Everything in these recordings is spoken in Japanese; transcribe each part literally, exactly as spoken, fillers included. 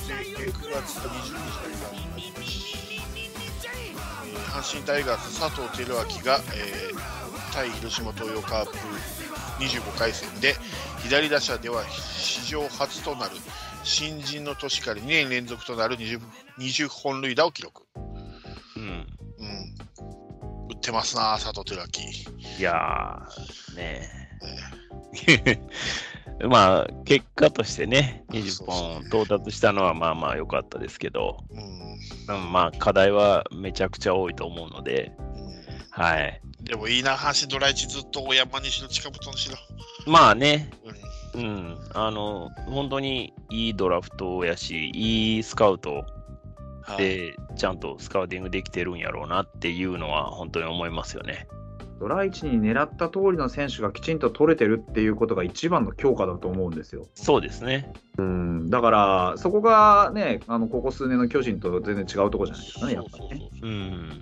くがつにじゅうにちから阪神タイガース佐藤輝明が、えー、対広島東洋カープにじゅうごかい戦で左打者では史上初となる新人の年からにねん連続となる 20, 20本塁打を記録。うん、うん、打ってますな佐藤輝明。 いやーねえまあ結果としてねにじゅっぽん到達したのはまあまあ良かったですけど、うん、まあ課題はめちゃくちゃ多いと思うので、うん、はい。 でもいいな阪神ドラいちずっと大山にしろ近本にしろ。 まあね、うん、うん、あの本当にいいドラフトやしいいスカウトで、はい、ちゃんとスカウティングできてるんやろうなっていうのは本当に思いますよね。 ドラいちに狙った通りの選手がきちんと取れてるっていうことが一番の強化だと思うんですよ。 そうですね。 うん、だからそこがね、あのここ数年の巨人と全然違うところじゃないですかね、やっぱりね。うん。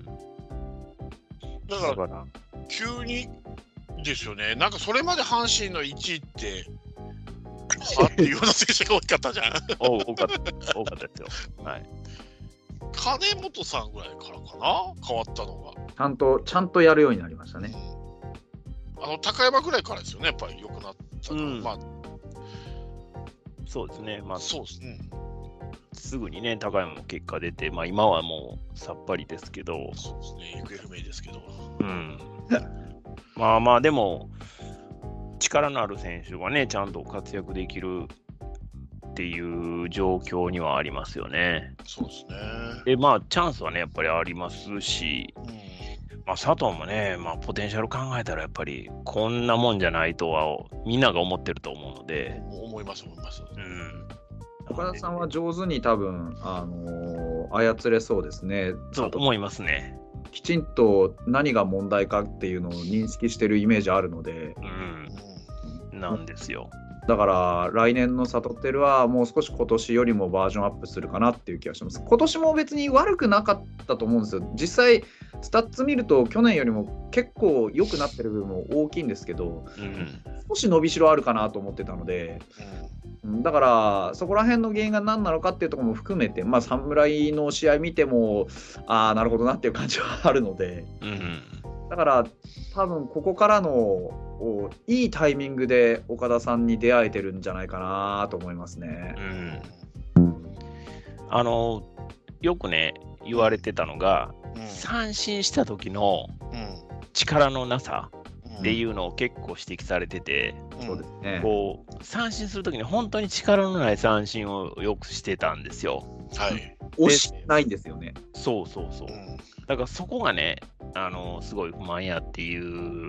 だから急にですよね。なんかそれまで阪神のいちいってあっていうような選手が多かったじゃん。 多かった多かったですよ。はい。 金本さんぐらいからかな、変わったのが。 ちゃんとちゃんとやるようになりましたね。 うん、あの高山ぐらいからですよね、やっぱり良くなったの、うん、まあそうですね。まあそうですね。 すぐにね高山も結果出て、まあ今はもうさっぱりですけど。 そうですね。行方不明ですけど。 うん。まあまあでも力のある選手がねちゃんと活躍できるっていう状況にはありますよね。 そうですね。 でまあチャンスはねやっぱりありますし、うん、まあ佐藤もねまあポテンシャル考えたらやっぱりこんなもんじゃないとはみんなが思ってると思うので。 思います思います。うん。 岡田さんは上手に多分あのー、操れそうですね。 そう思いますね。 きちんと何が問題かっていうのを認識してるイメージあるので。 うん。なんですよ。 だから来年のサトテルはもう少し今年よりもバージョンアップするかなっていう気がします。今年も別に悪くなかったと思うんですよ。実際スタッツ見ると去年よりも結構良くなってる部分も大きいんですけど、うん、少し伸びしろあるかなと思ってたので、うん、だからそこら辺の原因が何なのかっていうところも含めて、まあ侍の試合見てもああなるほどなっていう感じはあるので、うん、だから多分ここからのいいタイミングで岡田さんに出会えてるんじゃないかなと思いますね。 うん、あのよくね言われてたのが、うん、三振した時の力のなさっていうのを結構指摘されてて、うん、そうですね、こう三振する時に本当に力のない三振をよくしてたんですよ。 はい。押しないんですよね。 そうそうそう。うん、だからそこがねあのすごい不満やっていう、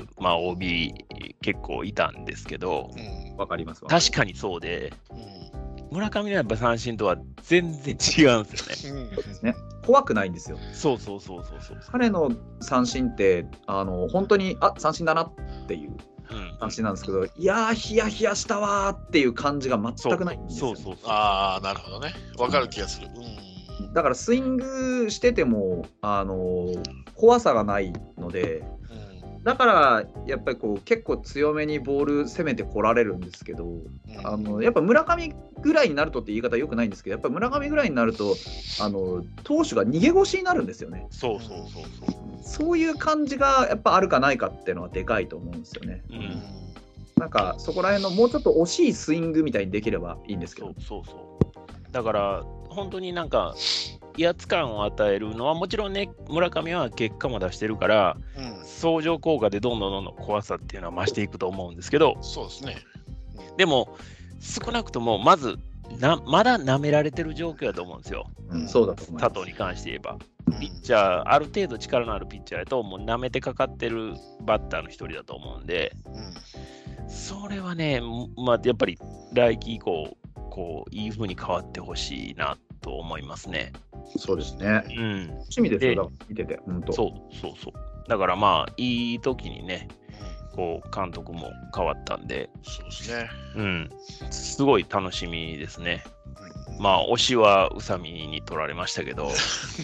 まあ、オービー 結構いたんですけど、 うん、わかりますわ。 確かにそうで、うん、村上のやっぱ三振とは全然違うんですよね。 そうですね。怖くないんですよ。 そうそうそうそうそう。 彼の三振ってあの本当にあ三振だなっていう三振なんですけど、うん、いやーヒヤヒヤしたわーっていう感じが全くないんですよ、ね。 そうそうそうそう。ああなるほどね。わかる気がする。 うん、だからスイングしててもあの怖さがないので、うん、だからやっぱりこう結構強めにボール攻めてこられるんですけど、うん、あのやっぱ村上ぐらいになるとって言い方よくないんですけど、やっぱり村上ぐらいになるとあの投手が逃げ腰になるんですよね。 そうそうそうそう。 そういう感じがやっぱあるかないかっていうのはでかいと思うんですよね。うん、なんかそこら辺のもうちょっと惜しいスイングみたいにできればいいんですけど。 そうそうそうだから本当になんか威圧感を与えるのはもちろんね村上は結果も出してるから、うん、相乗効果でどんどんどんどん怖さっていうのは増していくと思うんですけど、 そうですね、 うん、でも少なくともまずなまだ舐められてる状況だと思うんですよ、 うん、そうだと思います。 佐藤に関して言えばピッチャーある程度力のあるピッチャーやともう舐めてかかってるバッターの一人だと思うんで、うん、それはね、まあ、やっぱり来季以降こういい風に変わってほしいなと思いますね。 そうですね。うん。楽しみですよ。だから見てて本当。 そうそうそう。だからまあいい時にね、こう監督も変わったんで、 そうですね。 うん。すごい楽しみですね。うん、まあ推しは宇佐美に取られましたけど。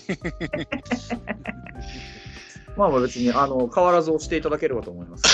まあまあ別にあの変わらず押していただければと思います。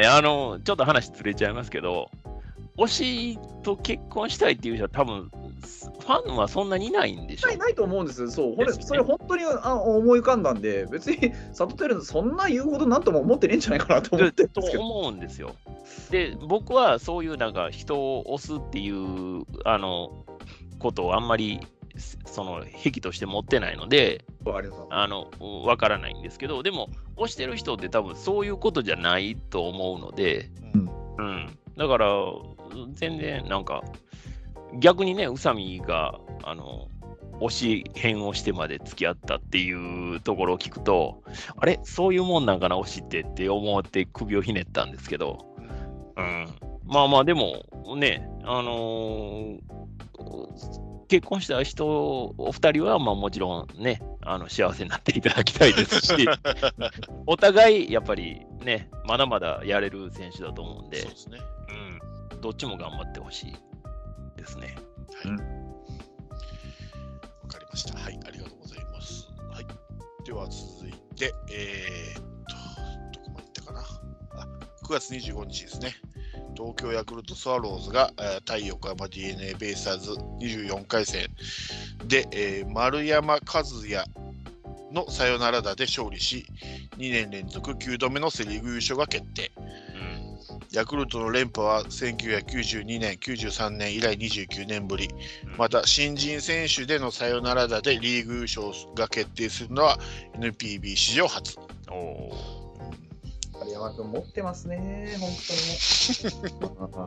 いやでもねあのちょっと話ずれちゃいますけど。 推しと結婚したいっていう人は多分ファンはそんなにいないんでしょ。 ないないと思うんです。そう、これ、 ですねそれ本当にあ思い浮かんだんで、別にサトテルそんな言うほどなんとも思ってねえんじゃないかなと思ってるんとですけど。 思うんですよ。で、僕はそういうなんか人を推すっていうあのことをあんまりその癖として持ってないので、あの分からないんですけど、でも推してる人って多分そういうことじゃないと思うので、 うんうん、だから全然なんか逆にね、宇佐美があの推し編をしてまで付き合ったっていうところを聞くと、あれそういうもんなんかな推しってって思って首をひねったんですけど、うん、まあまあでもね、あのー、結婚した人お二人はまあもちろんね、あの幸せになっていただきたいですしお互いやっぱりね、まだまだやれる選手だと思うんで、 そうですね、 うん、どっちも頑張ってほしいですね。 はい、わ、うん、かりました。はい、ありがとうございます。はい、では続いて、えー、っと、どこまでいったかな。あ、くがつにじゅうごにちですね。東京ヤクルトスワローズが、えー、対横浜 ディーエヌエー ベイスターズにじゅうよんかいせんで、えー、丸山和也のサヨナラ打で勝利し、にねん連続きゅうどめのセ・リーグ優勝が決定。ヤクルトの連覇はせんきゅうひゃくきゅうじゅうにねん、きゅうじゅうさんねん以来にじゅうきゅうねんぶり。また、新人選手でのサヨナラ打でリーグ優勝が決定するのは エヌピービー 史上初。 お丸山君持ってますね、本当に。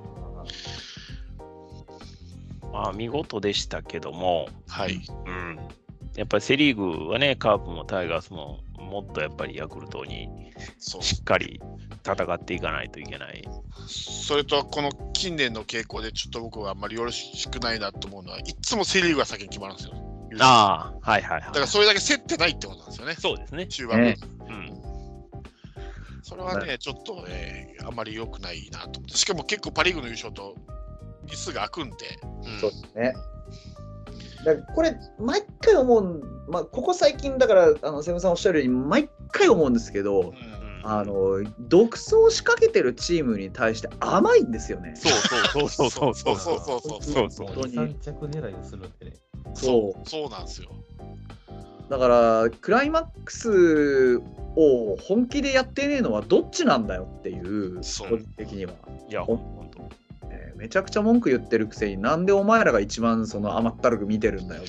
まあ、見事でしたけども、 はい、 うん、やっぱりセ・リーグはね、カープもタイガースももっとやっぱりヤクルトにしっかり戦っていかないといけない。 それとこの近年の傾向でちょっと僕はあんまりよろしくないなと思うのは、いつもセ・リーグが先に決まるんですよ。 ああ、はいはいはい。 だからそれだけ競ってないってことなんですよね。 そうですね。 中盤、ね、 うん。 それはね、ちょっとね、あんまり良くないなと思って。しかも結構パ・リーグの優勝と日数が空くんで。 うん、そうですね。だからこれ、毎回思う、まあ、ここ最近、だから、あのセブンさんおっしゃるように、毎回思うんですけど、うん、あの独走を仕掛けてるチームに対して甘いんですよね。 そうそうそうそうそうそうそうそうそうそうそう。 さん着狙いをするんでね。 そうそうなんですよ。 だからクライマックスを本気でやってねえのはどっちなんだよっていう、個人的には。 いや本当、 えー、めちゃくちゃ文句言ってるくせに、なんでお前らが一番その甘ったるく見てるんだよって。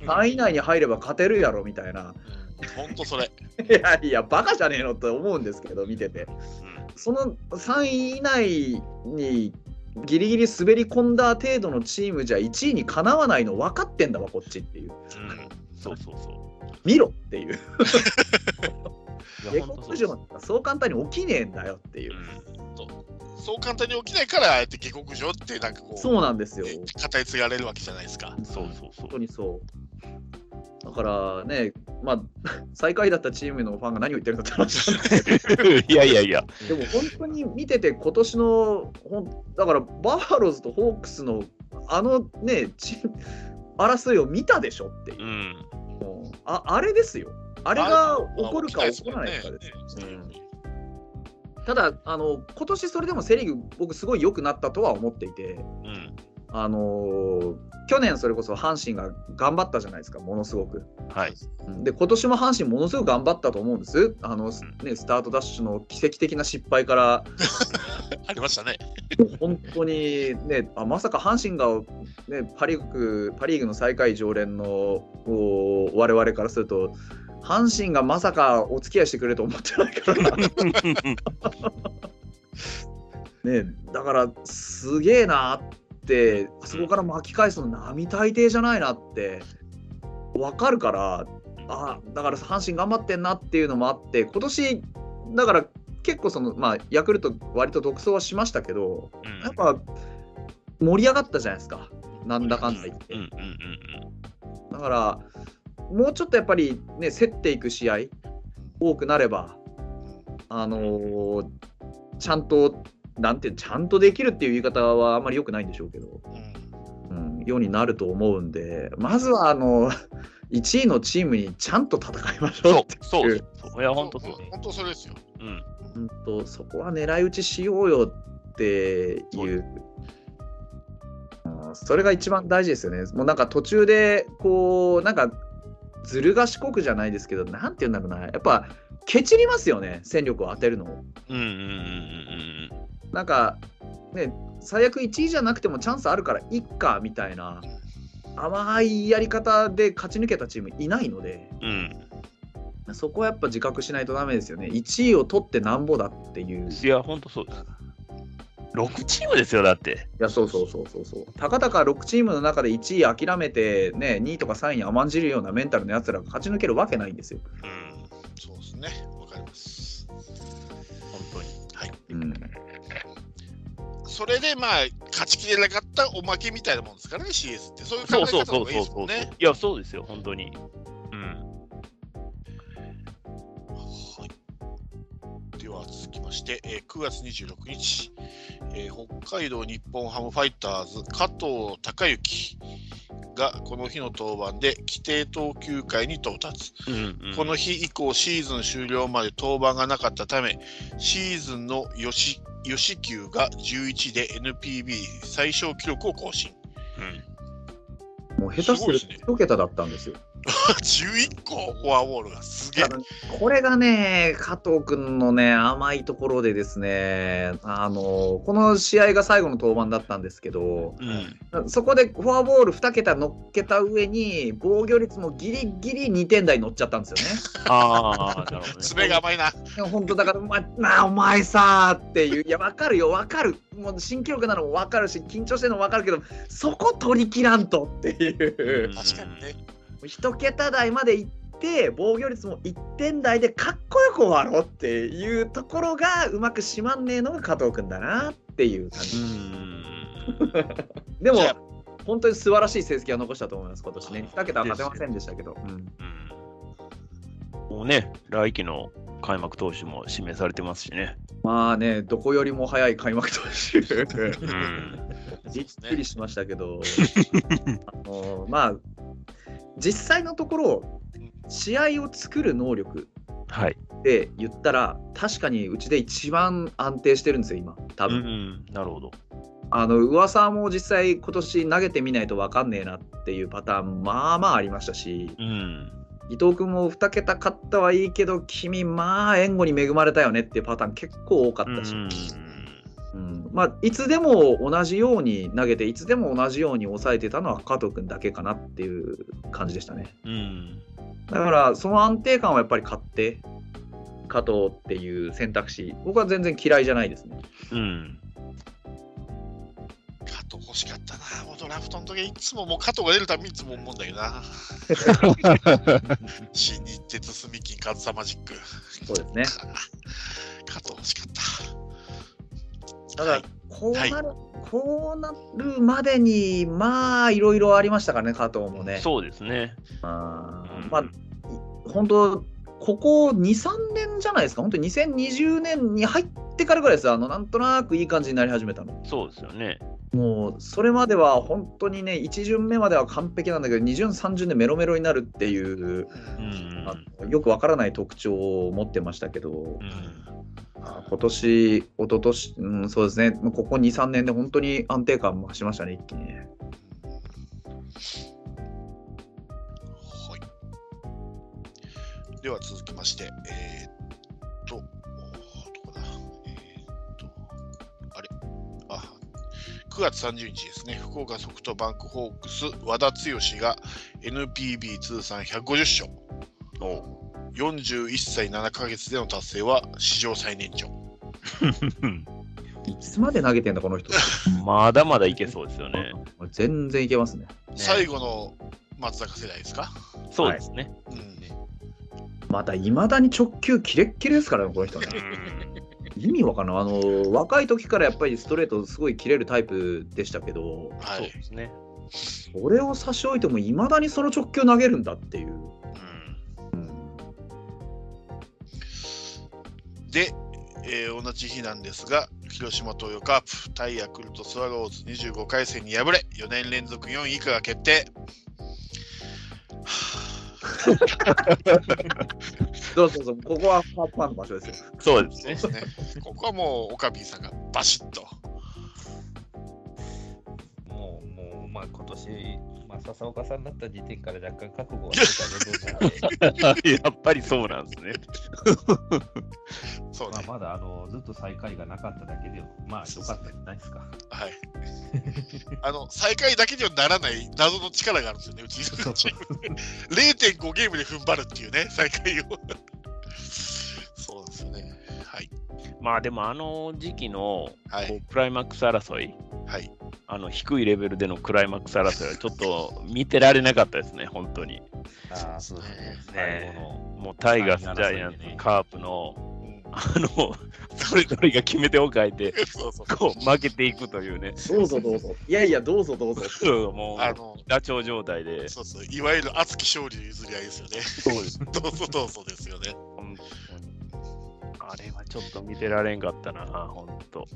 さんい以内に入れば勝てるやろみたいな。 本当それ。 いやいや、バカじゃねえのって思うんですけど、見てて。うん、そのさんい以内にギリギリ滑り込んだ程度のチームじゃいちいにかなわないの分かってんだわ、こっちっていう。うん、 そうそうそう。 見ろっていう。下克上なんかそう簡単に起きねえんだよっていう。うん、 そうそう簡単に起きないからあえて下克上ってなんかこうそうなんですよ。 語り継がれるわけじゃないですか。 そうそうそう。 本当にそう。だからね、まあ最下位だったチームのファンが何を言ってるんだって話なんですけど。 いやいやいや。 でも本当に見てて今年のほんだからバファローズとホークスのあのねチ争いを見たでしょっていう。うん、あ, あれですよ。あれが起こるか起こらないかです。うん、ただあの今年それでもセ・リーグ僕すごい良くなったとは思っていて、うん、あのー、去年それこそ阪神が頑張ったじゃないですか、ものすごく。 はい、 で今年も阪神ものすごく頑張ったと思うんです。あの、ね、スタートダッシュの奇跡的な失敗からありましたね。 本当にね、あまさか阪神が、ね、パリーグパリーグの最下位常連の我々からすると阪神がまさかお付き合いしてくれると思ってないからな。ね、だからすげえなってあそこから巻き返すの並大抵じゃないなって分かるから、あだから阪神頑張ってんなっていうのもあって今年だから結構そのまあヤクルト割と独走はしましたけど、うん、やっぱ盛り上がったじゃないですか、なんだかんだ言って。だからもうちょっとやっぱりね競っていく試合多くなればあのー、ちゃんとなんてちゃんとできるっていう言い方はあんまり良くないんでしょうけど、うん、ようになると思うんで、まずはあのいちいのチームにちゃんと戦いましょうっていう。 そうそうそう、いや本当そう、 本当それですよ。 うん、本当そこは狙い撃ちしようよっていう。 それが一番大事ですよね。もうなんか途中でこうなんかずる賢くじゃないですけど、なんて言うんだろうな、やっぱケチりますよね、戦力を当てるのを。 うんうんうんうんなんかね、最悪いちいじゃなくてもチャンスあるからいっかみたいな甘いやり方で勝ち抜けたチームいないので、 うん、 そこはやっぱ自覚しないとダメですよね。いちいを取ってなんぼだっていう。 いや、ほんとそうです。ろくチームですよ、だって。 いや、そうそうそうそうそう。たかだかろくチームの中でいちい諦めて、ね、にいとかさんいに甘んじるようなメンタルのやつらが勝ち抜けるわけないんですよ。 うん、そうですね。わかります。 本当に。 はい。 うん。 それでまあ勝ちきれなかったおまけみたいなもんですからね、シーエス って。そういう考え方の方がいいですもんね。 いや、そうですよ、本当に。うん。 はい。では続きまして、えー、くがつにじゅうろくにち、えー、北海道日本ハムファイターズ加藤貴之がこの日の登板で規定投球回に到達、うんうん、この日以降シーズン終了まで登板がなかったため、シーズンのよしよし球がじゅういちで エヌピービー 最小記録を更新、 うん、もう下手するといち桁だったんですよ。 じゅういっこフォアボールがすげえ。 これがね、加藤君のね甘いところでですね、あのこの試合が最後の登板だったんですけど、うん、そこでフォアボールに桁乗っけた上に防御率もギリギリにてん台乗っちゃったんですよね。 ああ、なるほどね。 爪が甘いな。 本当だから、ま、なあお前さーっていう、いや分かるよ分かる、もう新記録なのも分かるし緊張してるのも分かるけど、そこ取り切らんとっていう。 確かにね。 一桁台まで行って防御率もいってん台でかっこよく終わろうっていうところがうまくしまんねえのが加藤君だなっていう感じ。でも本当に素晴らしい成績を残したと思います今年ね。に桁は勝てませんでしたけど、うんうん、もうね来季の開幕投手も指名されてますしね。 まあね、どこよりも早い開幕投手、うん、びっくりしましたけどあのまあ実際のところ試合を作る能力で言ったら、はい、確かにうちで一番安定してるんですよ今多分、うんうん、 なるほど。 あの噂も実際今年投げてみないと分かんねえなっていうパターンまあまあありましたし、うん、伊藤君もに桁勝ったはいいけど君まあ援護に恵まれたよねっていうパターン結構多かったし、うんうん、まあいつでも同じように投げていつでも同じように抑えてたのは加藤君だけかなっていう感じでしたね、うん、だからその安定感はやっぱり勝って加藤っていう選択肢僕は全然嫌いじゃないですね、うん、 加藤欲しかったな。もうドラフトの時いつももう加藤が出るたびにいつも思うんだけどな新日鉄住金カズサマジック。 そうですね加藤欲しかった。 ただこうなる、はい、こうなるまでにまあいろいろありましたからね加藤もね。 そうですね。 あ、うん、まあ本当ここ にさんねんじゃないですか。本当ににせんにじゅうねんに入ってからぐらいです。あのなんとなくいい感じになり始めたの。 そうですよね。 もうそれまでは本当にねいち巡目までは完璧なんだけどに巡さん巡でメロメロになるっていう、うん、あよくわからない特徴を持ってましたけど、うん、今年、一昨年、うん、そうですね、ここに、さんねんで本当に安定感増しましたね、一気にね。 はい。では続きまして、えー、っと、どこだ、えー、っと、あれ、あ、くがつさんじゅうにちですね、福岡ソフトバンクホークス、和田毅が エヌピービー 通算ひゃくごじゅっしょう。およんじゅういっさいななかげつでの達成は史上最年長いつまで投げてんだこの人まだまだいけそうですよね。 全然いけますね。 最後の松坂世代ですか。 そうですね、 はい、うん、またいまだに直球キレッキレですからねこの人ね意味わかんない。あの若い時からやっぱりストレートすごい切れるタイプでしたけど、 はい、そうですね。 それを差し置いてもいまだにその直球投げるんだっていう、 で、えー、同じ日なんですが広島東洋カープ対ヤクルトスワローズにじゅうごかいせんに敗れよねん連続よんい以下が決定そうそうそう、ここはファンの場所ですよ。 そうですね。 そうですね。ここはもうオカビーさんがバシッともうもうまあ今年、まあ、笹岡さんだった時点から若干覚悟はしてた部分なんで、 やっぱりそうなんですね。 そうね。 まあまだあのずっと最下位がなかっただけで、まあ良かったじゃないですか。 はい。あの、最下位だけにはならない謎の力があるんですよね、うちのチーム。れいてんご ゲームで踏ん張るっていうね、最下位を。そうなんですよね。はい。 まあでもあの時期のはいこうクライマックス争い、 はい。 あの低いレベルでのクライマックス争いはちょっと見てられなかったですね、本当に。 ああ、そうですね。 ね最後のもうタイガース、ジャイアンツ、カープの、あの、それぞれが決め手を変えて、 そうそうこう負けていくというね。 どうぞどうぞ。いやいや、どうぞどうぞ。 もう、 あの、 ダチョウ状態で。 そうそう、いわゆる熱き勝利の譲り合いですよね。 そうです。 どうぞどうぞですよね。 本当にあれはちょっと見てられんかったな、本当。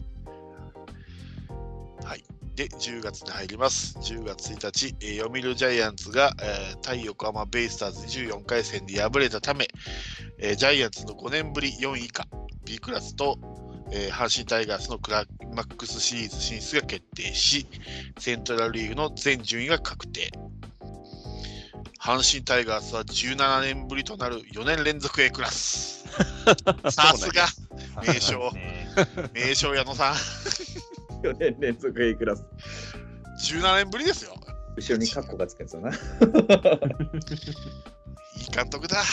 はい。で、じゅうがつに入ります。じゅうがつついたち、えー、読売ジャイアンツが、えー、対横浜ベイスターズじゅうよんかい戦で敗れたため、えー、ジャイアンツのごねんぶりよんい以下 B クラスと、えー、阪神タイガースのクライマックスシリーズ進出が決定し、セントラルリーグの全順位が確定。阪神タイガースはじゅうななねんぶりとなるよねん連続 A クラス。さすが名称、名称矢野さん。 よねん連続 A クラス。 じゅうななねんぶりですよ。 後ろにカッコがつくやつだな。いいい監督だ。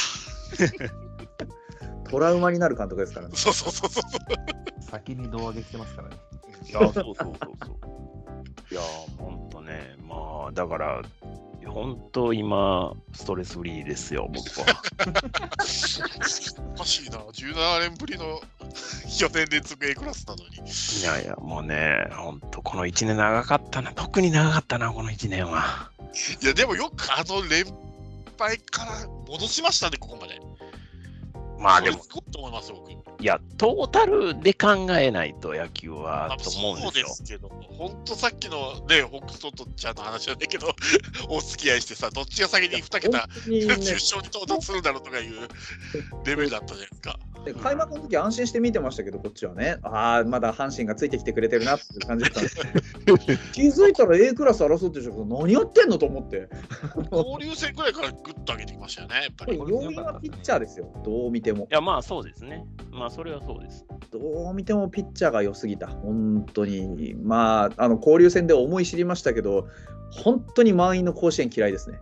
トラウマになる監督ですからね。 そうそうそうそう。 先に胴上げしてますからね。 いや、そうそうそうそう。いや、ほんとね、まあ、だから、本当今、ストレスフリーですよ、僕は。 おかしいな、じゅうななねんぶりのよねん連続 A クラスなのに。 いやいや、もうね、本当このいちねん長かったな、特に長かったな、このいちねんは。 いや、でもよくあの連敗から戻しましたね、ここまで。 まあでも、 すごいと思いますよ、僕。 いや、トータルで考えないと野球はと思うんですよ。 そうですけど、本当さっきのね、北斗とちゃんの話なんだけど、お付き合いしてさ、どっちが先にに桁じゅっ勝に到達するんだろうとかいうレベルだったじゃないですか。 で開幕の時安心して見てましたけど、こっちはね、ああ、まだ阪神がついてきてくれてるなっていう感じだったんです気づいたら A クラス争ってる人、何やってんのと思って。 交流戦ぐらいからグッと上げてきましたよね、やっぱり。 要因はピッチャーですよ、どう見ても。 いや、まあそうですね。まあそれはそうです。 どう見てもピッチャーが良すぎた、本当に。まあ、あの交流戦で思い知りましたけど、本当に満員の甲子園嫌いですね。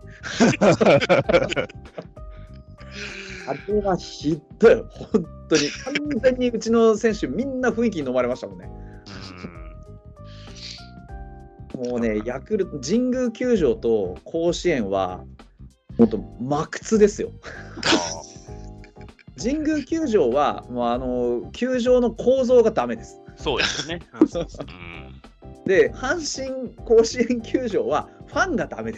あれはひどい、本当に。完全にうちの選手、みんな雰囲気に飲まれましたもんね。もうね、ヤクルト、神宮球場と甲子園は、もっと真靴ですよ。神宮球場は、もうあの球場の構造がダメです。 そうですね。 で、阪神甲子園球場はファンがダメです。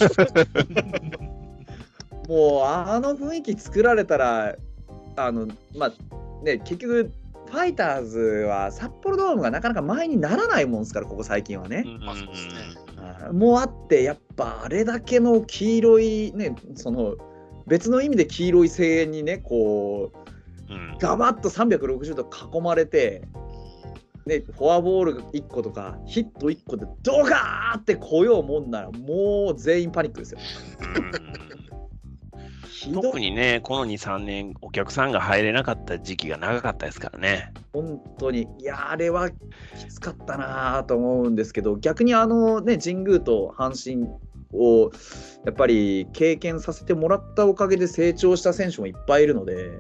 もうあの雰囲気作られたら、あのまあね、結局ファイターズは札幌ドームがなかなか前にならないもんですから、ここ最近はね。 まあそうですね。 もうあって、やっぱあれだけの黄色いね、その別の意味で黄色い声援にね、こう、うん、ガバッとさんびゃくろくじゅうど囲まれて、ね、フォアボールいっことかヒットいっこでドガーって来ようもんなら、もう全員パニックですよ。 特にね、このに、さんねん、お客さんが入れなかった時期が長かったですからね。 本当に、いや、あれはきつかったなと思うんですけど、逆にあのね、神宮と阪神をやっぱり経験させてもらったおかげで成長した選手もいっぱいいるので、うん、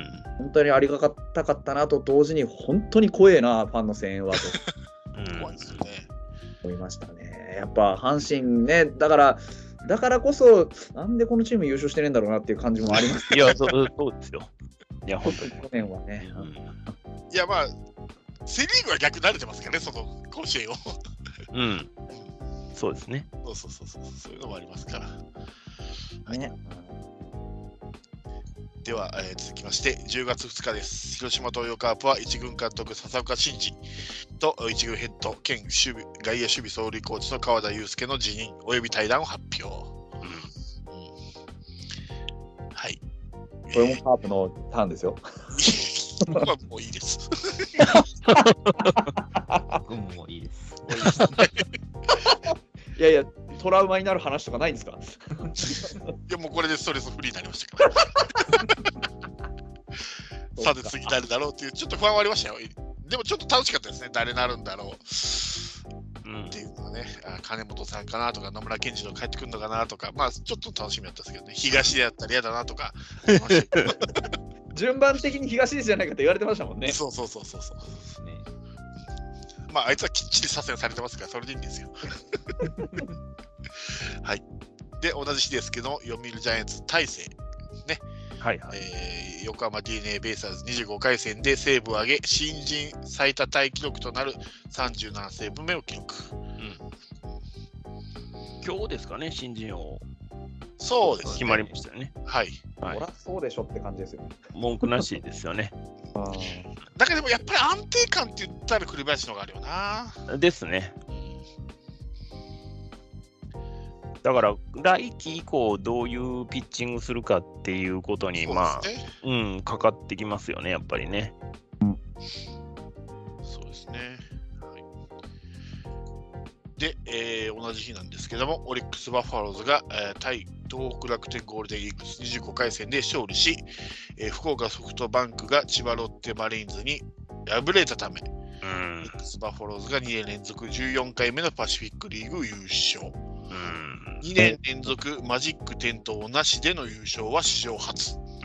本当にありがたかったなと同時に、本当に怖えな、ファンの声援はと、 怖いですね、 思いましたね。やっぱ阪神ね、だからだからこそ、なんでこのチーム優勝してねえんだろうなっていう感じもあります。 いや、そう、そうですよ。いや、本当に。 去年はね。 うん、いや、まあ、セ・リーグは逆に慣れてますからね、その甲子園を。 うん。そうですね。 そうそうそうそう、そういうのもありますから。はい、 ね。 では、えー、続きましてじゅうがつふつかです。広島東洋カープは一軍監督笹岡慎二と一軍ヘッド兼守備外野守備走塁コーチの川田祐介の辞任および退団を発表、うんうん、はい、 これもカープのターンですよ。 まあもういいです僕もいいです。 いいやいや、トラウマになる話とかないんですか？ いや、もうこれでストレスフリーになりましたから。さて次誰だろうっていうちょっと不安はありましたよ。でもちょっと楽しかったですね。誰になるんだろう、うん、っていうのはね、あ金本さんかなとか野村健次郎帰ってくるのかなとか、まあちょっと楽しみだったんですけどね。東でやったら嫌だなとか順番的に東じゃないかと言われてましたもんね。 そうそうそうそうそう、ね、まああいつはきっちり左遷されてますからそれでいいんですよ。はい。で同じ日ですけど読売ジャイアンツ大勢ね。 はいはい、 えー、横浜 ディーエヌエー ベイスターズにじゅうごかい戦でセーブを挙げ新人最多タイ記録となるさんじゅうななセーブ目を記録、うん、 今日ですかね新人王そうです、ね、 決まりましたよね。 はい、 はい、そらそうでしょって感じですよね。 文句なしですよね。 あだけどもやっぱり安定感って言ったら栗林の方があるよな。 ですね。だから来季以降どういうピッチングするかっていうことに、ね、まあ、うん、かかってきますよねやっぱりね。 うん、 そうですね。はい、で、えー、同じ日なんですけどもオリックスバファローズが、えー、対東北楽天ゴールデンイーグルスにじゅうごかい戦で勝利し、えー、福岡ソフトバンクが千葉ロッテマリーンズに敗れたため、うん、オリックスバファローズがにねん連続じゅうよんかいめのパシフィックリーグ優勝。うんにねん連続マジック点灯なしでの優勝は史上初、うん、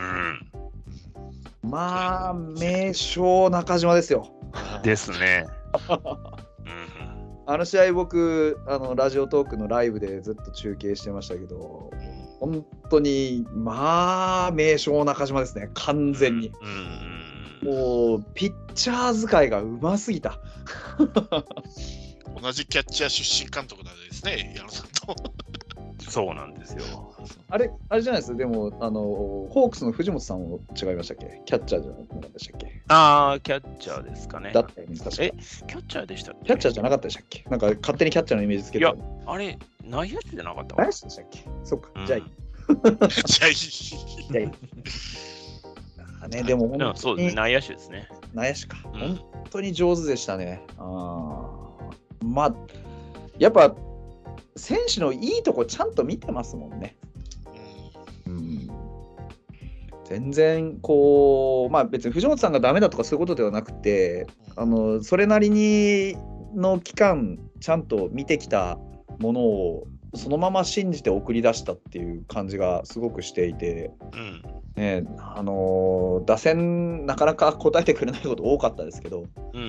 まあ名将中島ですよ。 ですね。うん、 あの試合僕あのラジオトークのライブでずっと中継してましたけど、本当にまあ名将中島ですね完全に、うん、もうピッチャー使いがうますぎた。 同じキャッチャー出身監督なんですね矢野さんと。 そうなんですよ。 あれ、あれじゃないです。でも、あの、ホークスの藤本さんも違いましたっけ？キャッチャーじゃなかったでしたっけ？ ああ、キャッチャーですかね。 だったよね、確か。 え、キャッチャーでしたっけ？ キャッチャーじゃなかったでしたっけ？なんか勝手にキャッチャーのイメージつけて。いや、 あれ、内野手じゃなかった内野手でしたっけ？そっか、うん、じゃあいい。 じゃあいい。 じゃあいい。あね、でも本当に、 そうですね、内野手ですね。 内野手か。うん、本当に上手でしたね。あまあ、やっぱ、選手のいいとこちゃんと見てますもんね。うん、全然こうまあ別に藤本さんがダメだとかそういうことではなくて、あのそれなりにの期間ちゃんと見てきたものをそのまま信じて送り出したっていう感じがすごくしていて、うんね、あの打線なかなか応えてくれないこと多かったですけど、うんうん、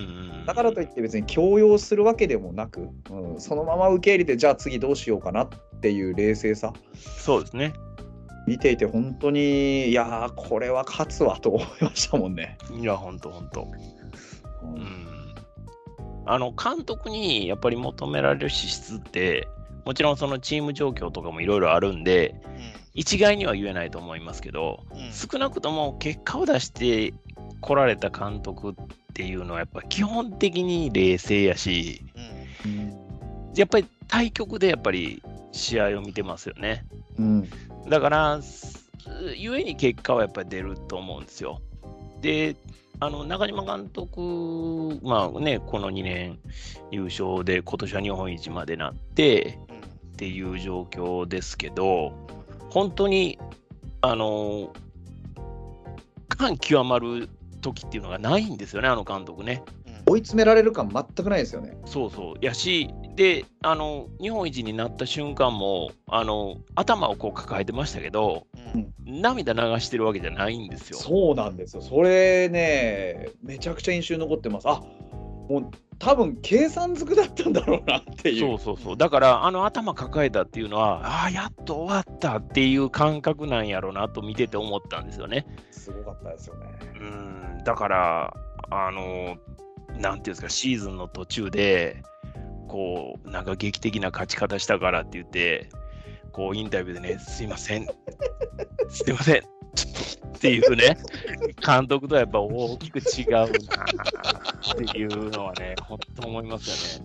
だからといって別に強要するわけでもなく、うん、そのまま受け入れてじゃあ次どうしようかなっていう冷静さ、 そうですね、 見ていて本当にいやーこれは勝つわと思いましたもんね。 いや本当本当、うんうん、あの監督にやっぱり求められる資質ってもちろんそのチーム状況とかもいろいろあるんで、うん、一概には言えないと思いますけど、うん、少なくとも結果を出して来られた監督っていうのはやっぱ基本的に冷静やし、うん、やっぱり対局でやっぱり試合を見てますよね、うん、だからゆえに結果はやっぱり出ると思うんですよ。であの中島監督、まあね、このにねん優勝で今年は日本一までなってっていう状況ですけど、本当にあの感極まる時っていうのがないんですよね、あの監督ね。 追い詰められる感全くないですよね。 そうそうやし、であの日本一になった瞬間もあの頭をこう抱えてましたけど、うん、涙流してるわけじゃないんですよ。 そうなんですよ。それねめちゃくちゃ印象に残ってます。あもう多分計算づくだったんだろうなっていう。 そうそうそう、だからあの頭抱えたっていうのはああやっと終わったっていう感覚なんやろうなと見てて思ったんですよね。 すごかったですよね。 うんだからあのなんていうんですか、シーズンの途中でこうなんか劇的な勝ち方したからって言ってこうインタビューでねすいませんすいませんっていうね監督とはやっぱ大きく違うなっていうのはね本当思いますよ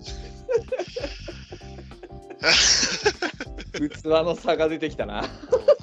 ね。器の差が出てきたな。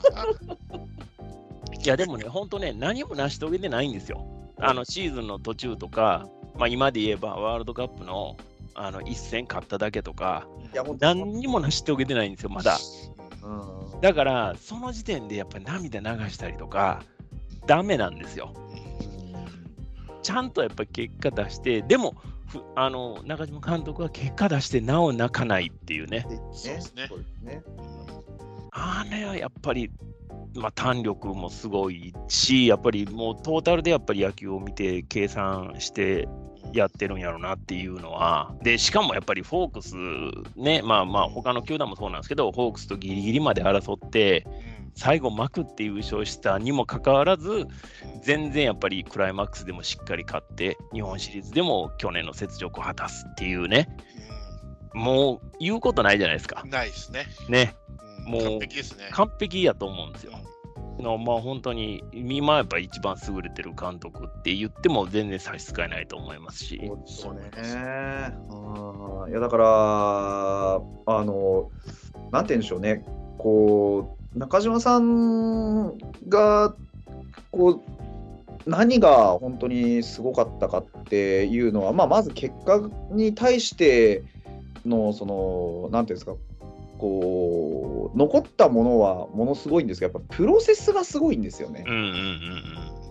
いやでもね本当ね何も成し遂げてないんですよ。あのシーズンの途中とか、まあ、今で言えばワールドカップのあの一戦勝っただけとか、 いや何にも成し遂げてないんですよ、まだ。 うん、 だから、その時点でやっぱり涙流したりとか、ダメなんですよ。ちゃんとやっぱり結果出して、でも、あの中島監督は結果出して、なお泣かないっていうね。 そうですね。 ね、 あれはやっぱり、まあ、胆力もすごいし、やっぱりもうトータルでやっぱり野球を見て計算してやってるんやろうなっていうのは、でしかもやっぱりフォークスね、まあまあ他の球団もそうなんですけど、フォークスとギリギリまで争って、最後、マクって優勝したにもかかわらず、全然やっぱりクライマックスでもしっかり勝って、日本シリーズでも去年の雪辱を果たすっていうね、もう言うことないじゃないですか。 ないですね。 ね。 もう完璧ですね。 完璧やと思うんですよ。のまあ本当に今やっぱり一番優れてる監督って言っても全然差し支えないと思いますし。 そうですよね。あいやだからあのなんて言うんでしょうね。こう中島さんがこう何が本当にすごかったかっていうのは、まあ、まず結果に対してのそのなんていうんですか。こう残ったものはものすごいんですが、やっぱプロセスがすごいんですよね。 うんうんうんうん、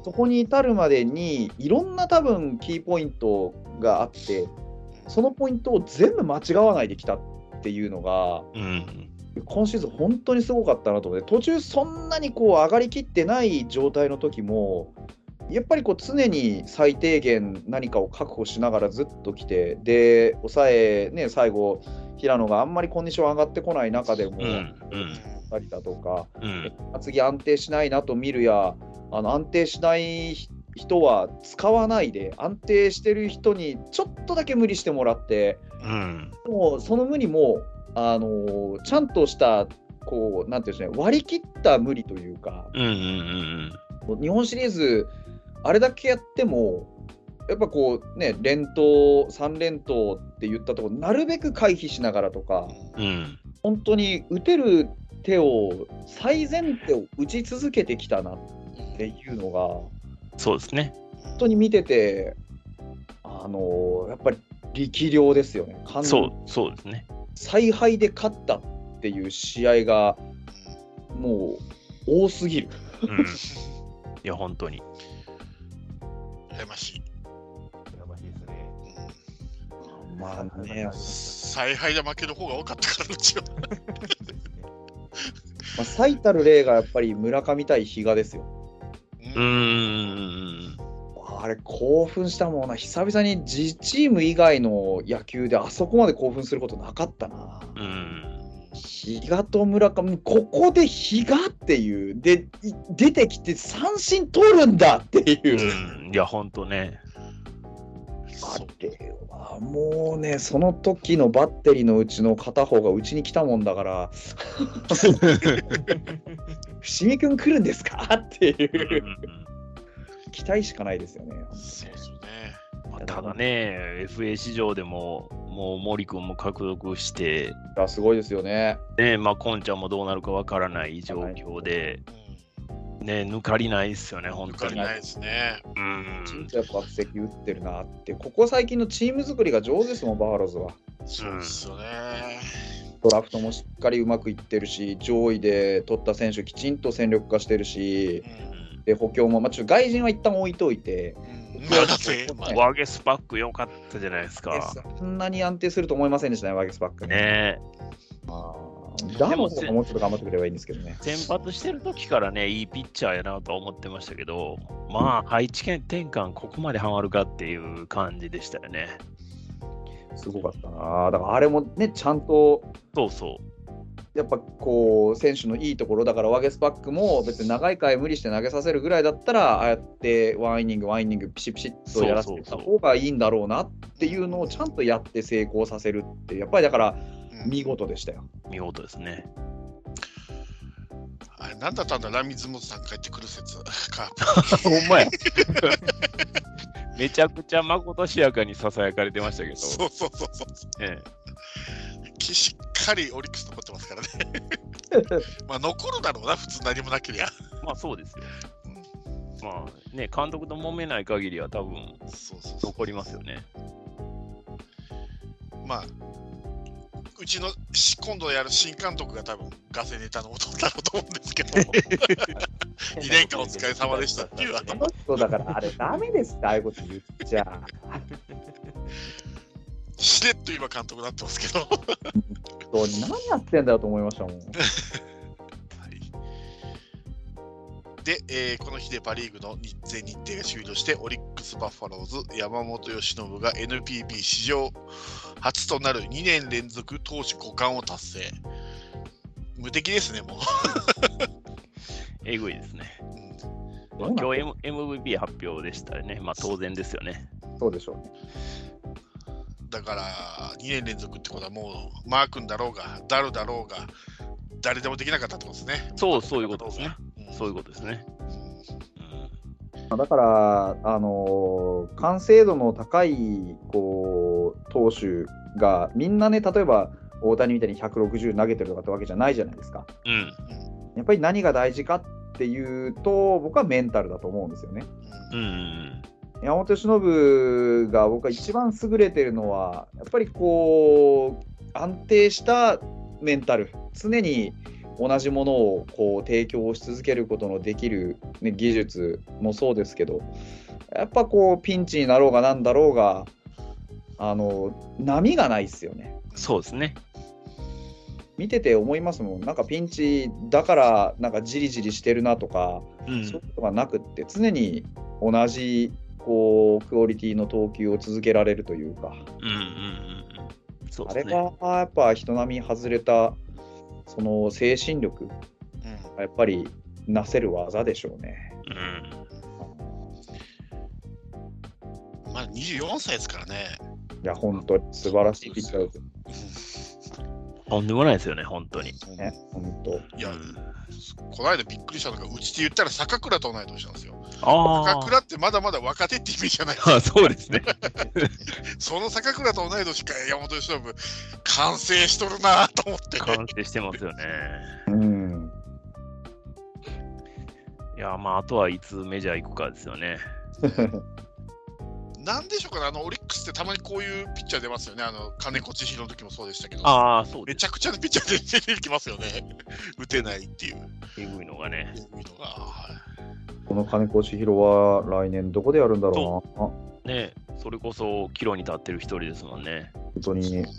そこに至るまでにいろんな多分キーポイントがあって、そのポイントを全部間違わないできたっていうのが、 うん、 今シーズン本当にすごかったなと思って、途中そんなにこう上がりきってない状態の時もやっぱりこう常に最低限何かを確保しながらずっと来て、で抑えね、最後平野があんまりコンディション上がってこない中でも、うんうん、たりだとか、うん、次安定しないなと見るや、あの安定しない人は使わないで、安定してる人にちょっとだけ無理してもらって、うん、もうその無理もあのちゃんとしたこうなんていうんですね、割り切った無理というか、うんうんうん、日本シリーズあれだけやってもやっぱこうね、連投さん連投って言ったところなるべく回避しながらとか、うん、本当に打てる手を最善手を打ち続けてきたなっていうのが、 そうですね、 本当に見ててあのやっぱり力量ですよね。 そうそうですね。 采配で勝ったっていう試合がもう多すぎる、うん、いや本当に羨ましい。 羨ましいですね。 うん、まあね、 采配で負ける方が多かったからうちは。 まあ最たる例がやっぱり村上対比嘉ですよ。 うーん。 あれ興奮したもんな。久々に自チーム以外の野球であそこまで興奮することなかったな。うん。比嘉と村上、ここで比嘉っていうで出てきて三振取るんだっていう、 うん、いや本当ね、 あれはもうね、その時のバッテリーのうちの片方がうちに来たもんだから伏見君来るんですかっていう、うん、期待しかないですよね。 そうですよね。 ただね、エフエー 市場でももう森君も獲得して、 すごいですよね。 ね、まあ、コンちゃんもどうなるかわからない状況で、ね、抜かりないですよね、本当に。 抜かりないですね。 うん。やっぱ布石打ってるなって、ここ最近のチーム作りが上手ですもん、バファローズは。 そうですよね。 ドラフトもしっかりうまくいってるし、上位で取った選手きちんと戦力化してるし、うん、で補強も、まあ、ちょっと外人は一旦置いといて、 うん、ワゲスパック良かったじゃないですか。 そんなに安定すると思いませんでしたね、ワゲスパックね。 ねあダムとかもうちょっと頑張ってくればいいんですけどね。 先発してる時からね、いいピッチャーやなとは思ってましたけど、まあ、配置転換、ここまでハマるかっていう感じでしたよね。 すごかったな。だからあれもね、ちゃんと、 そうそう。 やっぱこう選手のいいところだから、ワゲスパックも別に長い回無理して投げさせるぐらいだったら、ああやってワンイニングワンイニングピシピシッとやらせた方がいいんだろうなっていうのをちゃんとやって成功させるって、やっぱりだから見事でしたよ。 うん、見事ですね。 あれなんだったんだ、ラミズモトさん帰ってくる説か。 ほんまや。めちゃくちゃまことしやかにささやかれてましたけど。 そうそうそうそう。ええ、しっかりオリックス残ってますからね。まあ残るだろうな、普通何もなけりゃ。 まあそうですよ。うん、まあね、監督と揉めない限りは多分残りますよね。 まあうちの今度やる新監督が多分ガセネタの元だろうと思うんですけどにねんかんお疲れ様でしたっていうあの人だからあれダメですってああいうこと言っちゃしれっと今監督になってますけど何やってんだよと思いましたもんで、えー、この日でパ・リーグの日全日程が終了してオリックス・バファローズ山本由伸が エヌピービー 史上初となるにねん連続投手ご冠を達成。無敵ですねもうえぐいですね、うんまあ、今日、M、エムブイピー 発表でしたね。まあ当然ですよね。 そうでしょうね。 だからにねん連続ってことはもうマー君だろうがダルだろうが誰でもできなかったってことですね。 そうそういうことですね、うん、そういうことですね、 うん、だからあのー、完成度の高いこう投手がみんなね、例えば大谷みたいにひゃくろくじゅう投げてるとかってわけじゃないじゃないですか、 うん、 やっぱり何が大事かっていうと僕はメンタルだと思うんですよね、 うんうん、 山本由伸が僕は一番優れてるのはやっぱりこう安定したメンタル、常に同じものをこう提供し続けることのできる、ね、技術もそうですけど、やっぱこうピンチになろうがなんだろうがあの波がないですよね。 そうですね。 見てて思いますもん。なんかピンチだからなんかジリジリしてるなとか、うん、そういうことがなくって常に同じこうクオリティの投球を続けられるというか、 うんうんうんそうあですね、 れがやっぱ人並み外れたその精神力、うん、やっぱりなせる技でしょうね、 うん、まだにじゅうよんさいですからね。 いや本当に素晴らしいピッチャーです。 とんでもないですよね本当に、 ね、本当。 いや、うん、この間びっくりしたのがうちで言ったら坂倉と同い年なんですよ。 あ坂倉ってまだまだ若手ってイメージじゃないですか。 あそうですねその坂倉と同い年か山本由伸完成しとるなと思って、ね、 完成してますよね。 うんいやまああとはいつメジャー行くかですよねなんでしょうかね、あのオリックスってたまにこういうピッチャー出ますよね。あの金子千尋の時もそうでしたけど、 あそうめちゃくちゃなピッチャーで出てきますよね打てないっていうえぐいのがね。 えぐいのが、はい、 この金子千尋は来年どこでやるんだろうな。ねそれこそ岐路に立ってる一人ですもんね。 本当に。うん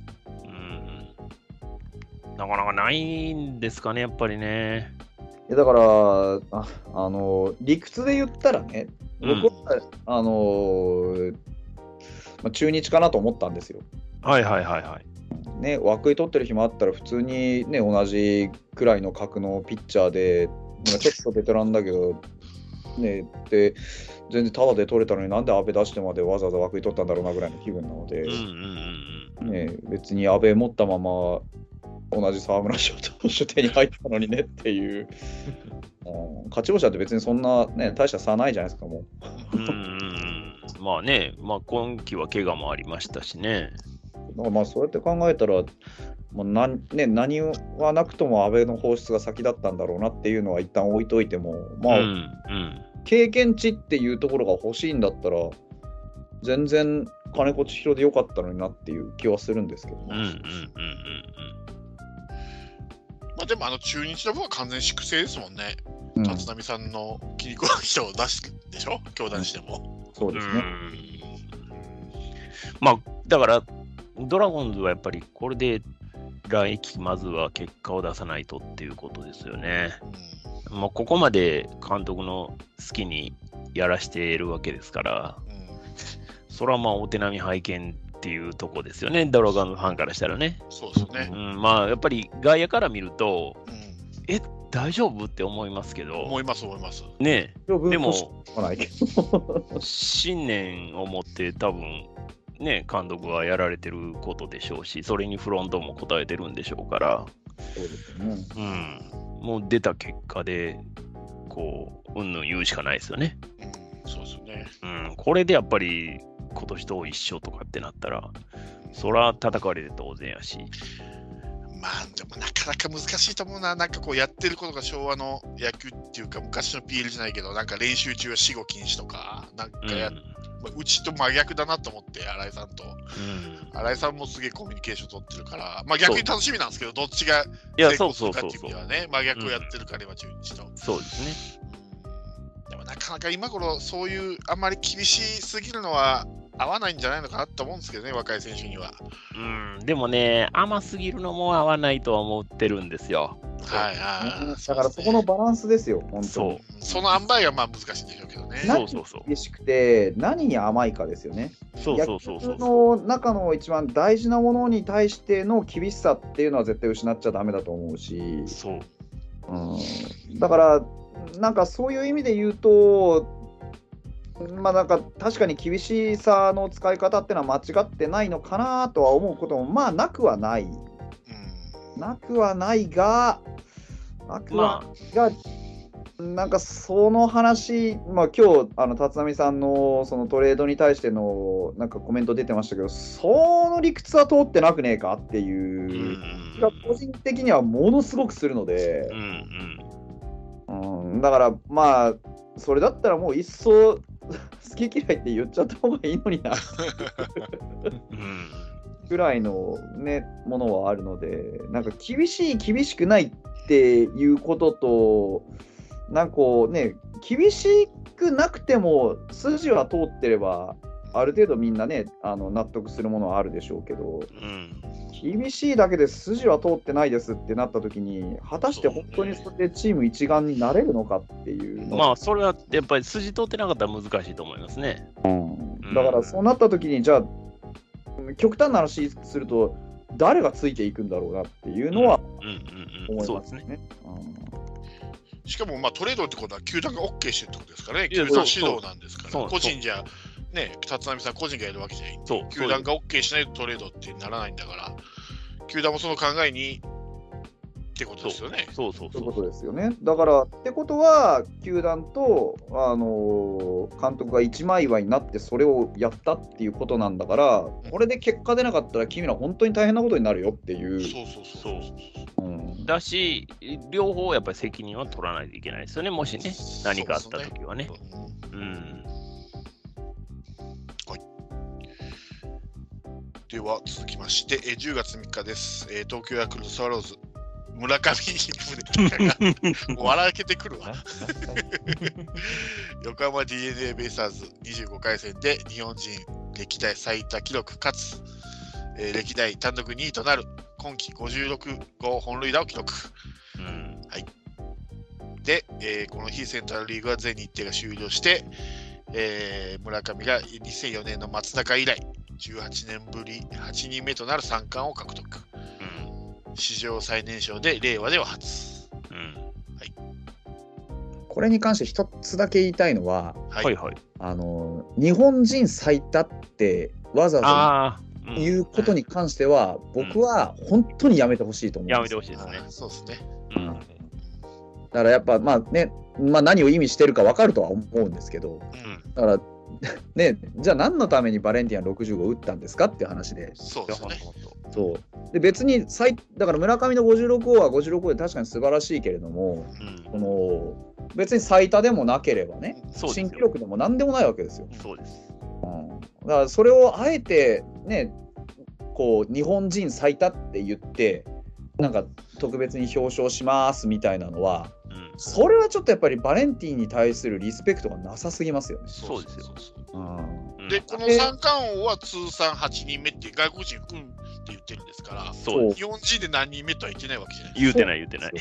なかなかないんですかねやっぱりね。 だからああの理屈で言ったらね、僕は、うん、あのーまあ、中日かなと思ったんですよ。 はいはいはいはい。 ね、涌井取ってる日もあったら普通に、ね、同じくらいの格のピッチャーで、ちょっとベテランだけど、ね、で全然タダで取れたのになんで阿部出してまでわざわざ涌井取ったんだろうなぐらいの気分なので、うんうんうんね、別に阿部持ったまま同じ沢村賞投手手に入ったのにねっていううん、勝ち星だって別にそんな、ね、大した差ないじゃないですかもう。うんうんまあね、まあ、今季は怪我もありましたしね。 だからまあそうやって考えたら、まあ何ね、何はなくとも安倍の放出が先だったんだろうなっていうのは一旦置いといても、まあうんうん、経験値っていうところが欲しいんだったら全然金子千尋でよかったのになっていう気はするんですけどね。うんうんうんうんまあ、でもあの中日の分は完全粛清ですもんね。うん、立浪さんの気に食わん人を出すでしょ、教団しても。 そうですね。 まあだからドラゴンズはやっぱりこれで来季まずは結果を出さないとっていうことですよね。うん、もうここまで監督の好きにやらしているわけですから、うん、それはまあお手並み拝見っていうとこですよね、ドラゴンズファンからしたらね。 そうですね。 うん、まあやっぱり外野から見ると、うん、え大丈夫って思いますけど。 思います思います。 ねえ。でもない信念を持って多分ね監督はやられてることでしょうし、それにフロントも応えてるんでしょうから。 そうですね。 うん。もう出た結果でこううんぬん言うしかないですよね。 うん、そうですね。 うん。これでやっぱり今年と一緒とかってなったら、そら叩かれて当然やし。 まあでもなかなか難しいと思うな。なんかこうやってることが昭和の野球っていうか昔の ピーエル じゃないけど、なんか練習中は死後禁止とかなんかやっうちと真逆だなと思って、新井さんと、うん、新井さんもすげえコミュニケーション取ってるから、まあ、逆に楽しみなんですけど、どっちが成功するかっていう意味ではね、真逆をやってるから、今、中日と。 そうですね。 うん、でもなかなか今頃、そういうあんまり厳しすぎるのは合わないんじゃないのかなと思うんですけどね、若い選手には。 うん、でもね、甘すぎるのも合わないとは思ってるんですよ。 はいはい、 だからそこのバランスですよ、本当に。 そう。 その塩梅がまあ難しいんでしょうけどね。 何に厳しくて、何に甘いかですよね。 そうそうそうそう。 野球の中の一番大事なものに対しての厳しさっていうのは絶対失っちゃダメだと思うし。 そう。 うん、だから、なんかそういう意味で言うと、まあなんか確かに厳しさの使い方っていうのは間違ってないのかなとは思うこともまあなくはない。なくはないが、なくはが、なんかその話、まあ今日あの立浪さんのそのトレードに対してのなんかコメント出てましたけど、その理屈は通ってなくねえかっていう気が個人的にはものすごくするので、うんうん、だからまあそれだったらもう一層好き嫌いって言っちゃった方がいいのになぐらいのねものはあるので、なんか厳しい厳しくないっていうことと、なんかこうね厳しくなくても筋は通ってればある程度みんなねあの納得するものはあるでしょうけど、うん、厳しいだけで筋は通ってないですってなった時に果たして本当にそれでチーム一丸になれるのかっていうの、 まあそれはやっぱり筋通ってなかったら難しいと思いますね、 うん、だからそうなった時にじゃあ極端な話すると誰がついていくんだろうなっていうのは思いますね。 しかもまあトレードってことは球団が OK してるってことですからね。球団指導なんですから、個人じゃね、立浪さん個人がやるわけじゃないんで、球団が OK しないとトレードってならないんだから、球団もその考えにってことですよね。 そうそうそう。 そういうことですよね。だからってことは球団とあのー、監督が一枚岩になってそれをやったっていうことなんだから、うん、これで結果出なかったら君ら本当に大変なことになるよっていう。 そうそうそう。 うん、だし両方やっぱり責任は取らないといけないですよね。もしね何かあった時はね。うねうん。 はい。では続きましてえじゅうがつみっかです。えー、東京ヤクルトスワローズ。村上宗が笑けてくるわ横浜 ディーエヌエー ベイスターズにじゅうごかい戦で日本人歴代最多記録かつ、えー、歴代単独にいとなる今季ごじゅうろく号本塁打を記録、うんはい、で、えー、この日セントラルリーグは全日程が終了して、えー、村上がにせんよねんの松坂以来じゅうはちねんぶりはちにんめとなるさん冠を獲得、史上最年少で令和では初、うんはい、 これに関して一つだけ言いたいのは、 はいはい、 あの日本人最多ってわざわざ言うことに関しては、うん、僕は本当にやめてほしいと思います。 やめてほしいですね。 そうですね、 うん、だからやっぱまあね、まあ、何を意味してるか分かるとは思うんですけど、うん、だからね、じゃあ何のためにバレンティアンろくじゅうご打ったんですかっていう話で。 そうですね。 そうで別に最だから村上のごじゅうろく号はごじゅうろく号で確かに素晴らしいけれども、うん、この別に最多でもなければね、新記録でも何でもないわけですよ。 そうです、 うん、だからそれをあえてねこう日本人最多って言ってなんか特別に表彰しますみたいなのは、うん、それはちょっとやっぱりバレンティンに対するリスペクトがなさすぎますよね。 そうですよ。 うん、でこの三冠王は通算はちにんめって外国人含むって言ってるんですから、そう日本人で何人目とは言ってないわけじゃないですか。 言うてない言うてない。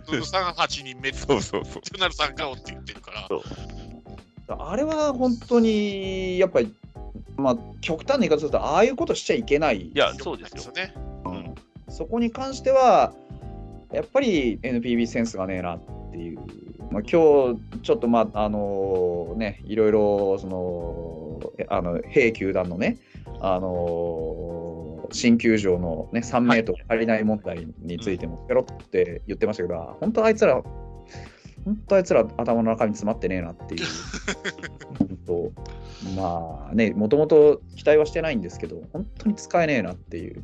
通算はちにんめってそうそうそうとなる三冠王って言ってるから。そうあれは本当にやっぱりまあ極端な言い方するとああいうことしちゃいけない。いやそうですよね。 うん、そこに関してはやっぱり エヌピービー センスがねえなっていう。まあ、今日ちょっとまああのねいろいろそのあの兵球団のねあの新球場のねさんメートル足りない問題についてもペロって言ってましたけど、はい、本当あいつら本当あいつら頭の中に詰まってねえなっていう本当まあねもともと期待はしてないんですけど本当に使えねえなっていう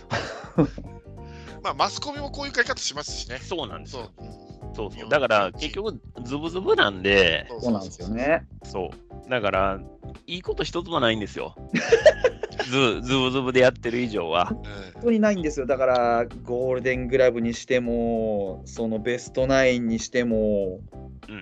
まあマスコミもこういう書き方しますしね。 そうなんですよ。そうそうだから結局ズブズブなんで。 そうなんですよね。 そうだからいいこと一つもないんですよ。ずズブズブでやってる以上は。 本当にないんですよ。だからゴールデングラブにしても、そのベストナインにしても、うん、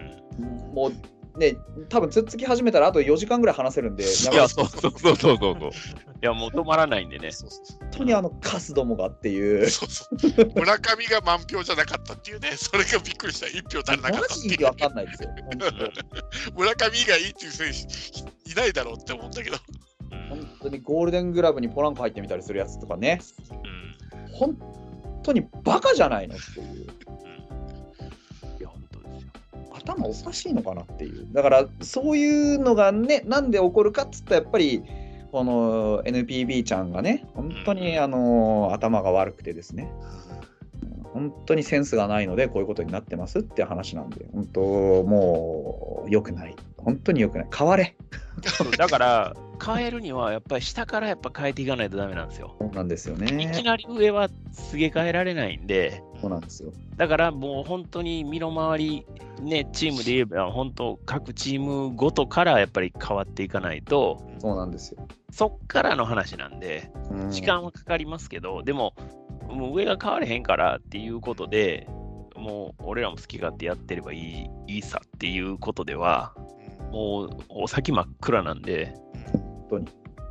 もうね、多分つっつき始めたらあとよじかんぐらい話せるんで、 いや、そうそうそうそうそう。いや、もう止まらないんでね。 そうそうそう、本当にあのカスどもがっていう。 そうそう村上が満票じゃなかったっていうね、それがびっくりした。いち票足りなかったっていう。 マジわかんないですよ。 村上以外いいっていう選手いないだろうって思ったけど。 本当にゴールデングラブにポランコ入ってみたりするやつとかね、うん、本当にバカじゃないのっていう、うん、いや本当ですよ、頭おかしいのかなっていう。だからそういうのがね、なんで起こるかっつったらやっぱりこの エヌピービー ちゃんがね、本当にあの頭が悪くてですね、本当にセンスがないのでこういうことになってますって話なんで、本当もう良くない、本当に良くない、変われ。 だから変えるにはやっぱり下からやっぱ変えていかないとダメなんですよ。 そうなんですよね。 いきなり上はすげ替えられないんで。 そうなんですよ。 だからもう本当に身の回りね、チームで言えば本当各チームごとからやっぱり変わっていかないと。 そうなんですよ。 そっからの話なんで時間はかかりますけど、でももう上が変われへんからっていうことで、もう俺らも好き勝手やってればいい、いいさっていうことでは、もうお先真っ暗なんで、 本当に。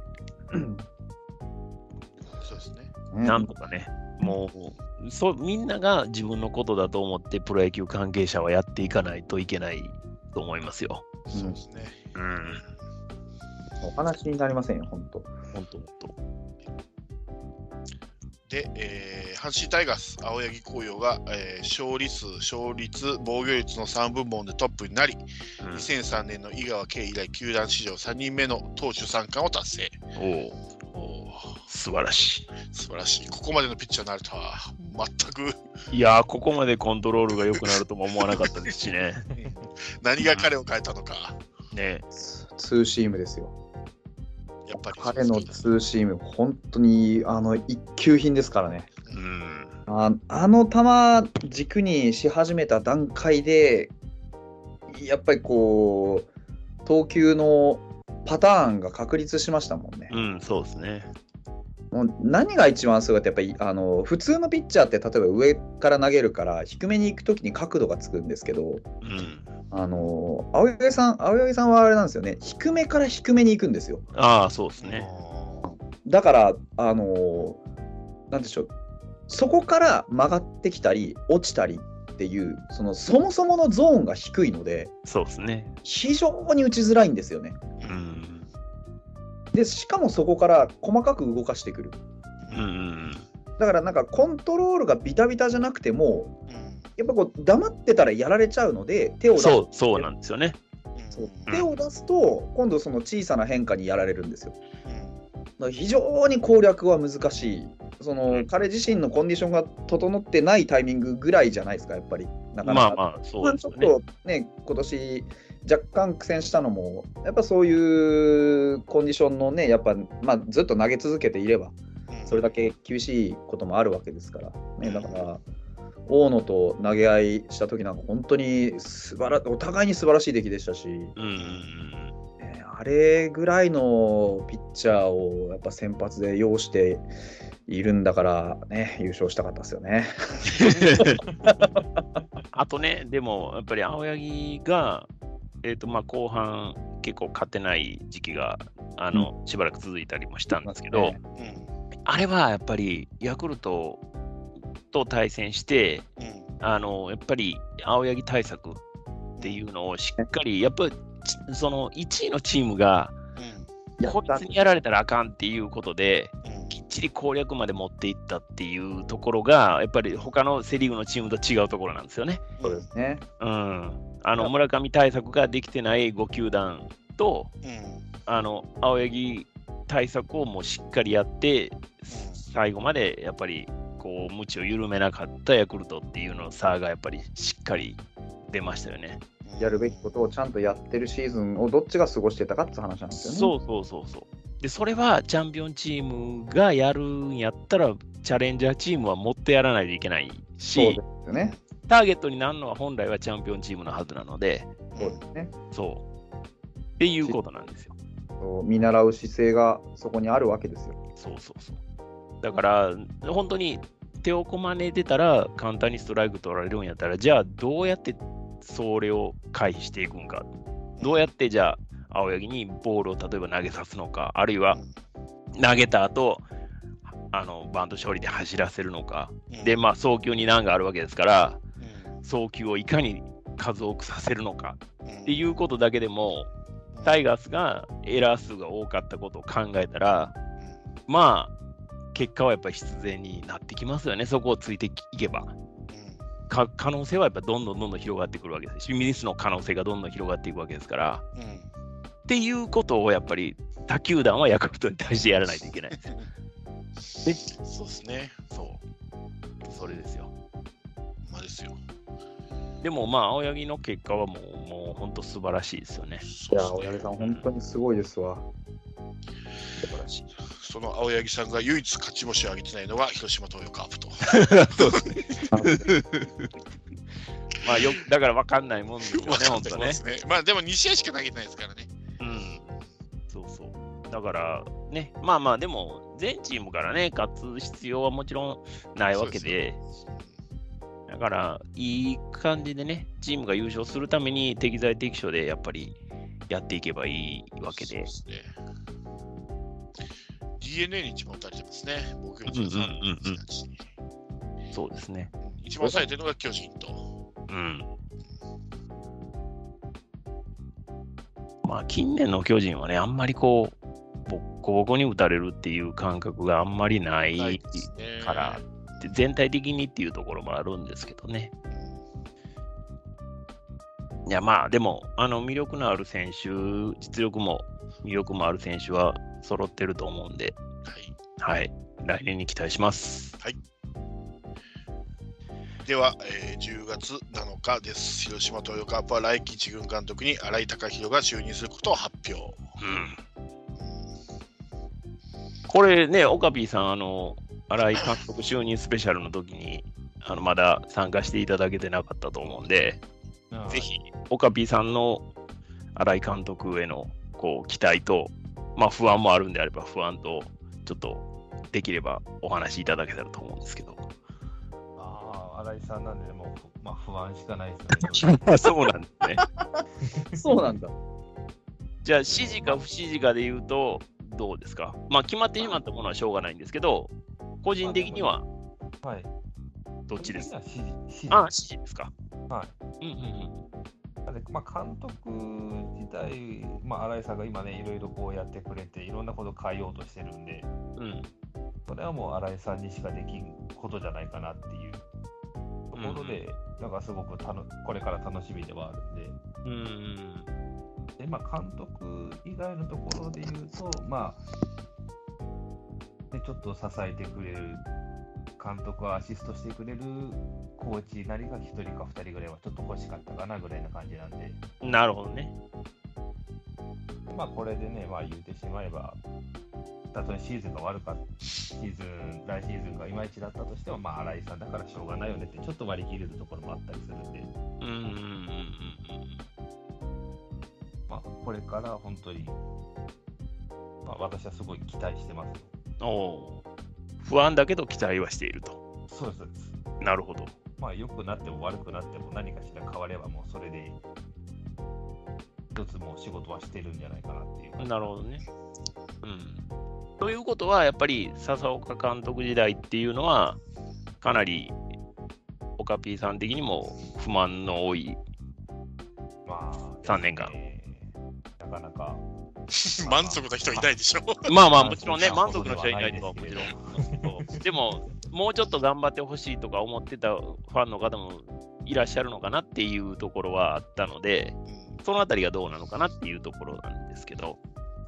そうですね。 なんとかね、もうそみんなが自分のことだと思ってプロ野球関係者はやっていかないといけないと思いますよ。 そうですね。 うん。 お話になりませんよ、本当。 本当本当。 で、えー、阪神タイガース、青柳晃洋が、えー、勝利数、勝率、防御率のさん部門でトップになり、うん、にせんさんねんの井川圭以来、球団史上さんにんめの投手さん冠を達成。 おお、素晴らしい。 素晴らしい。ここまでのピッチャーになるとは、全く。 いやー、ここまでコントロールが良くなるとも思わなかったですしね。 何が彼を変えたのか。 うん、ね、 ツーシームですよ。 やっぱり彼のツーシーム、本当にあの一級品ですからね。 うん、 あ, あの球軸にし始めた段階で、やっぱりこう、投球のパターンが確立しましたもんね。 うん、そうですね。 もう何が一番すごいって、やっぱりあの普通のピッチャーって、例えば上から投げるから低めに行くときに角度がつくんですけど、 うん、 あの青柳さん、青柳さんはあれなんですよね、低めから低めに行くんですよ。 ああ、そうですね。 だから、あのなんでしょう、そこから曲がってきたり、落ちたりっていう、そのそもそものゾーンが低いので、 そうですね。 非常に打ちづらいんですよね。 うん、 で、しかもそこから細かく動かしてくる。 うん、 だから、なんかコントロールがビタビタじゃなくても、やっぱこう黙ってたらやられちゃうので、手を出す。 そう、そうなんですよね。 そう手を出すと、今度その小さな変化にやられるんですよ。だから非常に攻略は難しい。その、うん、彼自身のコンディションが整ってないタイミングぐらいじゃないですか、やっぱり。なかなかまあまあ、そうですよね。 ちょっとね、今年若干苦戦したのも、やっぱそういうコンディションのね、やっぱ、まあ、ずっと投げ続けていれば、それだけ厳しいこともあるわけですから、ね、だから、大野と投げ合いした時なんか本当に素晴らお互いに素晴らしい出来でしたし、 うん、 ね、あれぐらいのピッチャーをやっぱ先発で擁しているんだからね、優勝したかったですよね。 あとね、でもやっぱり青柳が、えーとまあ、後半結構勝てない時期があの、うん、しばらく続いたりもしたんですけど、ね、うん、あれはやっぱりヤクルトと対戦して、うん、あのやっぱり青柳対策っていうのをしっかり、やっぱりそのいちいのチームが、うん、こいつにやられたらあかんっていうことで、うん、きっちり攻略まで持っていったっていうところが、やっぱり他のセ・リーグのチームと違うところなんですよね。 そうですね。 うん、あの村上対策ができてないご球団と、うん、あの青柳対策をもうしっかりやって、最後までやっぱりこう無知を緩めなかったヤクルトっていうの差がやっぱりしっかり出ましたよね。 やるべきことをちゃんとやってるシーズンをどっちが過ごしてたかって話なんですよね。 そうそうそうそう。でそれはチャンピオンチームがやるんやったらチャレンジャーチームはもっとやらないといけないし、 そうですね、 ターゲットになるのは本来はチャンピオンチームのはずなので、 そうですね。 そうっていうことなんですよ。 そう見習う姿勢がそこにあるわけですよ。 そうそうそう。だから本当に手をこまねてたら簡単にストライク取られるんやったら、じゃあどうやってそれを回避していくんか、どうやってじゃあ青柳にボールを例えば投げさすのか、あるいは投げた後あのバント処理で走らせるのか、うん、でまあ送球に難があるわけですから、うん、送球をいかに数多くさせるのか、うん、っていうことだけでもタイガースがエラー数が多かったことを考えたら、うん、まあ結果はやっぱり必然になってきますよね。そこをついていけば、うん、か可能性はやっぱどんどんどんどん広がってくるわけですし、ミスの可能性がどんどん広がっていくわけですから、うん、っていうことをやっぱり他球団はヤクルトに対してやらないといけないんですよ。 そうですね。 そう。それですよ。 まあですよ。 でもまあ青柳の結果はもうもう本当素晴らしいですよね。 いや青柳さん本当にすごいですわ。 素晴らしい。 その青柳さんが唯一勝ち星を挙げてないのが広島東洋カープと。 そうですね。まあよだから分かんないもんですよね本当ね。 まあでもに試合しか投げてないですからね。 うん。そうそう。だからね、まあまあでも全チームからね勝つ必要はもちろんないわけで。だからいい感じでねチームが優勝するために適材適所でやっぱりやっていけばいいわけで。そうですね。 ディーエヌエー に一番打たれてますね。僕よりさんねんそうですね。 一番されてるのが巨人と。 うん。まあ近年の巨人はねあんまりこうボッコボコに打たれるっていう感覚があんまりないから、全体的にっていうところもあるんですけどね。いやまあでもあの魅力のある選手、実力も魅力もある選手は揃ってると思うんで、はい、はい、来年に期待します。 はい。では、えー、じゅうがつなのかです。広島東洋カープは来季一軍監督に新井貴浩が就任することを発表。うん。 これね、オカピーさんあの新井監督就任スペシャルの時にあのまだ参加していただけてなかったと思うんで、ぜひオカピーさんの新井監督へのこう期待と、まあ、不安もあるんであれば不安とちょっとできればお話しいただけたらと思うんですけど。 ああ、新井さんなんでもう、まあ、不安しかないですよね。そうなんですね。 そうなんだ。 じゃあ指示か不指示かで言うとどうですか。まあ決まってしまったものはしょうがないんですけど、個人的にはどっちですか。 指示、指示。 あ、指示ですか。 はい。うんうんうん。でまあ、監督自体、まあ、新井さんが今ね、いろいろこうやってくれて、いろんなことを変えようとしてるんで、うん、それはもう新井さんにしかできんことじゃないかなっていうところで、うん、なんかすごくたのこれから楽しみではあるんで、うん、でまあ、監督以外のところで言うと、まあ、でちょっと支えてくれる、監督をアシストしてくれるコーチなりがひとりかふたりぐらいはちょっと欲しかったかなぐらいな感じなんで。 なるほどね。 まあこれでね、まあ言うてしまえば、たとえシーズンが悪かった、シーズン、来シーズンがいまいちだったとしても、まあ新井さんだからしょうがないよねってちょっと割り切れるところもあったりするんで。うんうんうんうん。まあこれから本当に、まあ私はすごい期待してますよ。 おー。不安だけど期待はしていると。 そうですそうです。 なるほど。 まあ良くなっても悪くなっても何かしら変わればもうそれで一つもう仕事はしてるんじゃないかなっていう。 なるほどね。うん。ということはやっぱり笹岡監督時代っていうのはかなりオカピーさん的にも不満の多いさんねんかん。 なかなか。 満足な人はいないでしょ。 まあまあもちろんね、満足の人はいないとはもちろん。でも、もうちょっと頑張ってほしいとか思ってたファンの方もいらっしゃるのかなっていうところはあったので、そのあたりがどうなのかなっていうところなんですけど。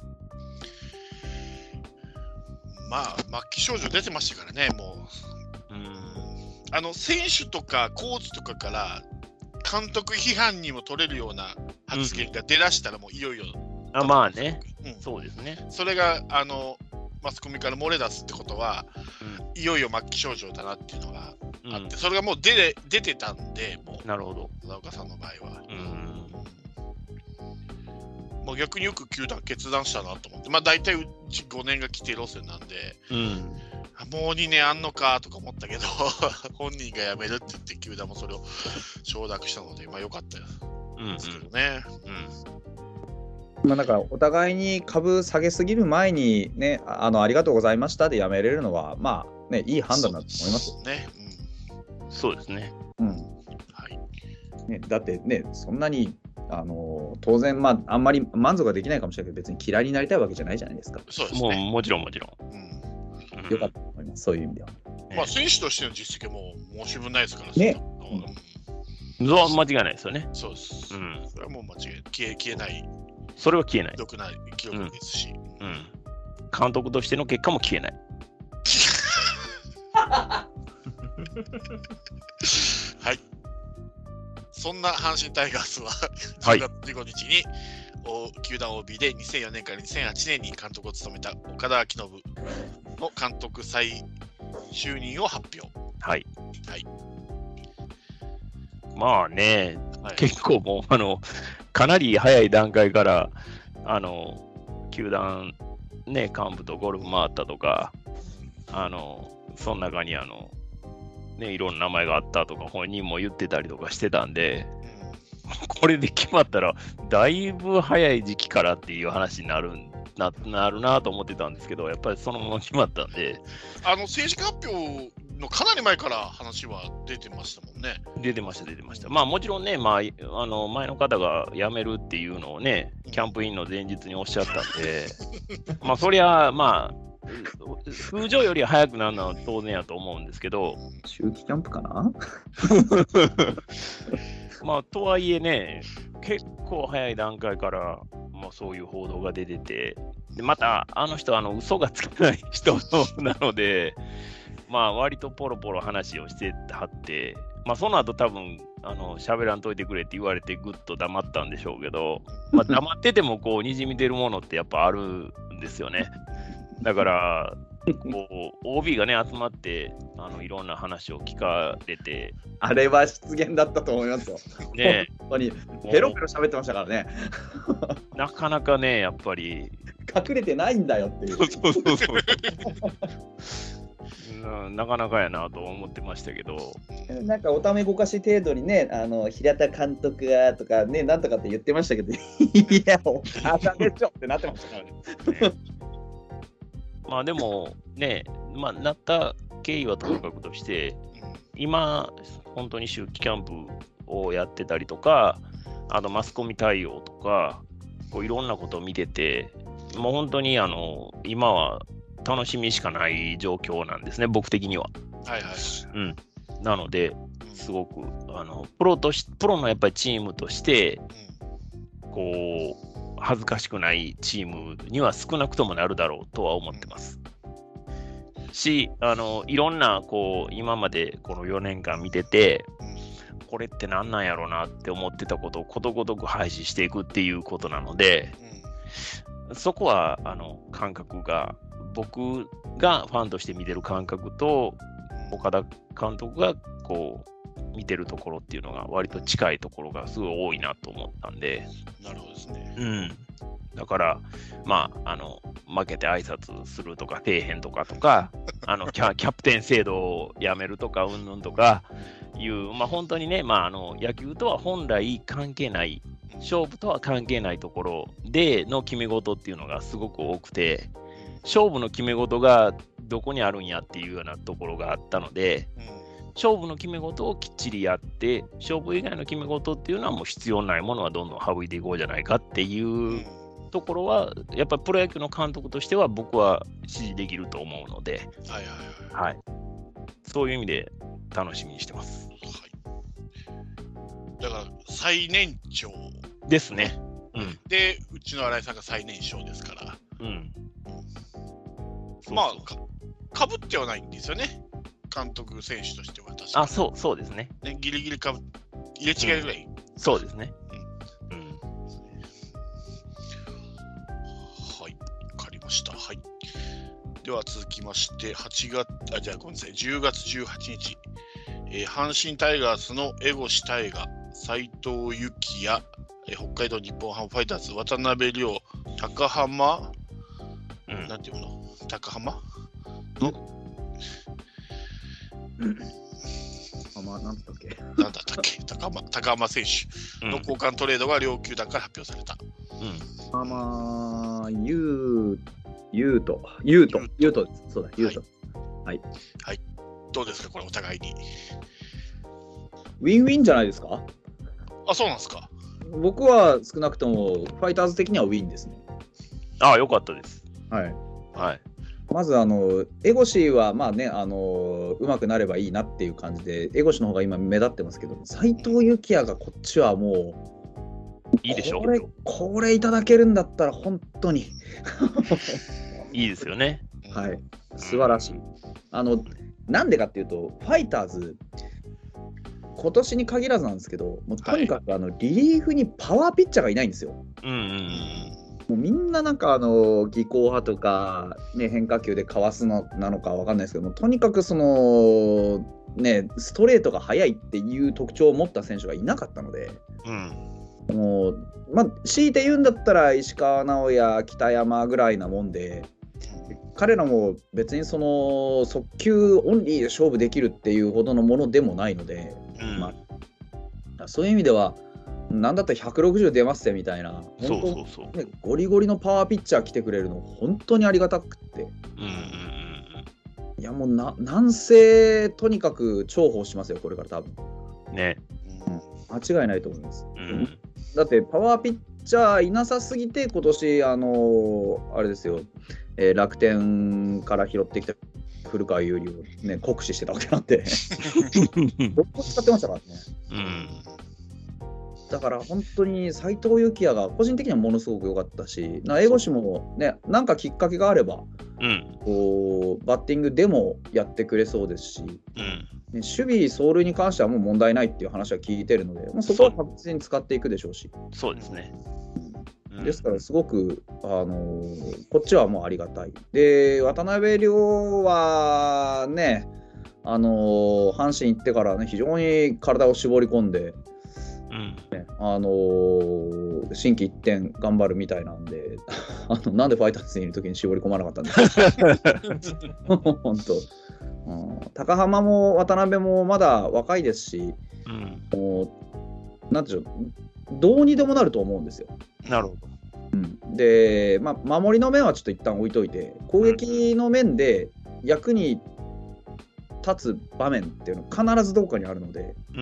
まあ、末期症状出てましたからね、もう。うん。あの、選手とかコーチとかから監督批判にも取れるような発言が出だしたらもういよいよ。 あまあね、うん、そうですね。 それがあのマスコミから漏れ出すってことは、うん、いよいよ末期症状だなっていうのがあって、うん、それがもう出出てたんで、もうなるほど。 佐岡さんの場合は。 まあ、逆によく球団決断したなと思って、まあ、大体うちごねんが規定路線なんで、うん、もうにねんあんのかとか思ったけど本人が辞めるって言って球団もそれを承諾したので、まあ、よかったですけどね。うんうん、まあ、だからお互いに株下げすぎる前にね、あのありがとうございましたで辞めれるのはまあね、いい判断だと思いますよね。 うん、そうですね。 うん、はい。ね、だってね、そんなにあの当然、まあ、あんまり満足ができないかもしれないけど、別に嫌いになりたいわけじゃないじゃないですか。 そうですね。 もうもちろんもちろん。 うん、よかったと思います、そういう意味では。 まあ、選手としての実績はもう申し分ないですからね。 うん、そう間違いないですよね。 そうです。うん、それはもう間違い消え消えない。 それは消えない。 記録ない記録ですし、 うんうん、監督としての結果も消えない。 はい。そんな阪神タイガースはじゅうがつじゅうごにちに、はい、球団 オービー でにせんよねんからにせんはちねんに監督を務めた岡田彰信の監督再就任を発表。 はい。 はい。 まあね、はい、結構もうあのかなり早い段階からあの球団ね幹部とゴルフ回ったとか、あのその中にあのね、いろんな名前があったとか本人も言ってたりとかしてたんで、これで決まったらだいぶ早い時期からっていう話になるな、なるなと思ってたんですけど、やっぱりそのまま決まったんで、 あの正式発表のかなり前から話は出てましたもんね。 出てました出てました。まあもちろんね、まあ、あの前の方が辞めるっていうのをねキャンプインの前日におっしゃったんでまあそりゃまあ通常よりは早くなるのは当然やと思うんですけど、 秋季キャンプかなまあとはいえね、結構早い段階から、まあ、そういう報道が出てて、でまたあの人はあの嘘がつけない人なので、まあ割とポロポロ話をしてはって、まあその後多分あの喋らんといてくれって言われてぐっと黙ったんでしょうけど、まあ、黙っててもこうにじみ出るものってやっぱあるんですよね。だからこう オービー がね集まってあのいろんな話を聞かれて、 あれは失言だったと思いますよ。ね、本当にペロペロ喋ってましたからね。 なかなかねやっぱり隠れてないんだよっていう。そうそうそうそうなかなかやなと思ってましたけど、 なんかおためごかし程度にね、あの平田監督がとかね、なんとかって言ってましたけど、いや、お母さんでしょってなってましたからね。ねまあでもね、まあ、なった経緯はともかくとして、今、本当に秋季キャンプをやってたりとか、あとマスコミ対応とか、こういろんなことを見てて、もう本当にあの今は楽しみしかない状況なんですね、僕的には。 はいはい。 うん、なので、すごくあのプロとし、プロのやっぱりチームとして、こう、恥ずかしくないチームには少なくともなるだろうとは思ってます。し、あのいろんなこう今までこのよねんかん見てて、これって何なんやろうなって思ってたことをことごとく廃止していくっていうことなので、そこはあの感覚が、僕がファンとして見てる感覚と岡田監督がこう見てるところっていうのが割と近いところがすごい多いなと思ったんで。 なるほどですね。 うん。だからまああの負けて挨拶するとか底辺とかとかあのキャ、キャプテン制度をやめるとかうんぬんとかいうまあ本当にね、まああの野球とは本来関係ない、勝負とは関係ないところでの決め事っていうのがすごく多くて、勝負の決め事がどこにあるんやっていうようなところがあったので、勝負の決め事をきっちりやって、勝負以外の決め事っていうのはもう必要ないものはどんどん省いていこうじゃないかっていうところは、やっぱりプロ野球の監督としては僕は支持できると思うので、 はいはいはい、 はい、そういう意味で楽しみにしてます。 はい、だから最年長ですね。うん、 で、うちの新井さんが最年少ですから、うん、まあか、かぶってはないんですよね、監督、選手としては確かに。 あ、そう、そうですね。 ね、ギリギリかぶ、入れ違いぐらい、 うん。そうですね。 うん。うん、はい、わかりました。はい。では続きまして、はちがつ、あ、じゃあごめんなさい、じゅうがつじゅうはちにち、えー、阪神タイガースの江越大賀、斎藤佑樹也、 え北海道日本ハムファイターズ渡辺亮、高浜、うん、なんていうの高浜の浜なんだっけなんだったっけ高浜高浜選手の交換トレードが両球団から発表された。 うん、浜優優斗優斗優斗です。そうだ優斗。はい、 はい。どうですかこれお互いに。 ウィンウィンじゃないですか。 あ、そうなんですか。 僕は少なくともファイターズ的にはウィンですね。 ああ、よかったです。 はい。 はい。 まずあの江越はまあねあの上手くなればいいなっていう感じで江越の方が今目立ってますけど、斎藤幸也がこっちはもういいでしょう。 これこれいただけるんだったら本当にいいですよね。 はい、素晴らしい。あのなんでかっていうとファイターズ今年に限らずなんですけど、もうとにかくあのリリーフにパワーピッチャーがいないんですよ。 うんうんうん、 もうみんななんかあの技巧派とか、ね、変化球でかわすのなのかわかんないですけども、とにかくその、ね、ストレートが速いっていう特徴を持った選手がいなかったので、うん、もう、まあ、強いて言うんだったら石川直也、北山ぐらいなもんで、彼らも別にその速球オンリーで勝負できるっていうほどのものでもないので、うんまあ、そういう意味ではなんだったらひゃくろくじゅう出ますってみたいな、本当、そうそうそう、ね、ゴリゴリのパワーピッチャー来てくれるの本当にありがたくって、うんうんうん、いやもうな南西とにかく重宝しますよこれから多分ね、 うん、間違いないと思います、うん、だってパワーピッチャーいなさすぎて今年あのー、あれですよ、えー、楽天から拾ってきた古川優里をね酷使してたわけなんでどこ使ってましたからね、うん、だから本当に斎藤幸也が個人的にはものすごく良かったし、な江越もねなんかきっかけがあれば、うん、こうバッティングでもやってくれそうですし、うんね、守備走塁に関してはもう問題ないっていう話は聞いてるので、まあ、そこは確実に使っていくでしょうし、 そうですね。 ですからすごく、あのー、こっちはもうありがたい。で渡辺亮はね、あのー、阪神行ってからね非常に体を絞り込んで、うんねあのー、心機一転頑張るみたいなんであのなんでファイターズにいる時に絞り込まなかったんですか本当、うん、高浜も渡辺もまだ若いですし、うん、もうなんていうのどうにでもなると思うんですよ。 なるほど。 うん、で、まあ、守りの面はちょっと一旦置いといて、攻撃の面で役に立つ場面っていうのは必ずどこかにあるので、うん、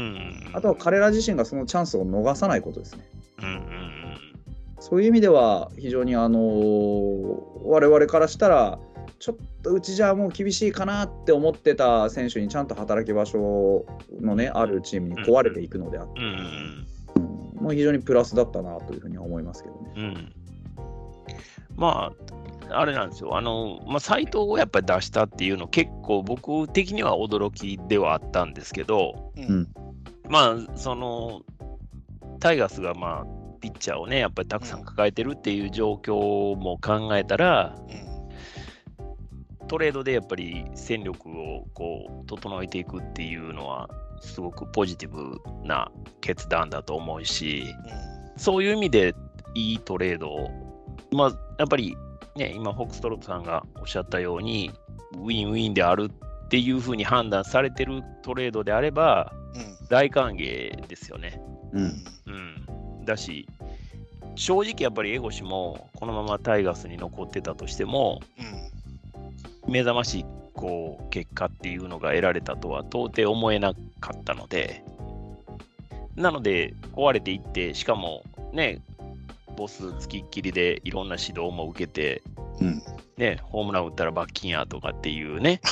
あとは彼ら自身がそのチャンスを逃さないことですね。うんうんうん、そういう意味では非常にあのー、我々からしたらちょっとうちじゃもう厳しいかなって思ってた選手にちゃんと働き場所のねあるチームに壊れていくのであって、うんうんうんもう非常にプラスだったなというふうには思いますけどね。うん、 まああれなんですよ、あの、まあ、斎藤をやっぱり出したっていうの結構僕的には驚きではあったんですけど、うん、まあそのタイガースがまあピッチャーをねやっぱりたくさん抱えてるっていう状況も考えたら、うん、トレードでやっぱり戦力をこう整えていくっていうのはすごくポジティブな決断だと思うし、うん、そういう意味でいいトレードを、まあ、やっぱり、ね、今、フォックストロップさんがおっしゃったように、ウィンウィンであるっていうふうに判断されてるトレードであれば、うん、大歓迎ですよね。うんうん、だし、正直やっぱり江越もこのままタイガースに残ってたとしても、うん、目覚ましいこう結果っていうのが得られたとは到底思えなかったので、なので壊れていって、しかもねボスつきっきりでいろんな指導も受けて、うんね、ホームラン打ったら罰金やとかっていうね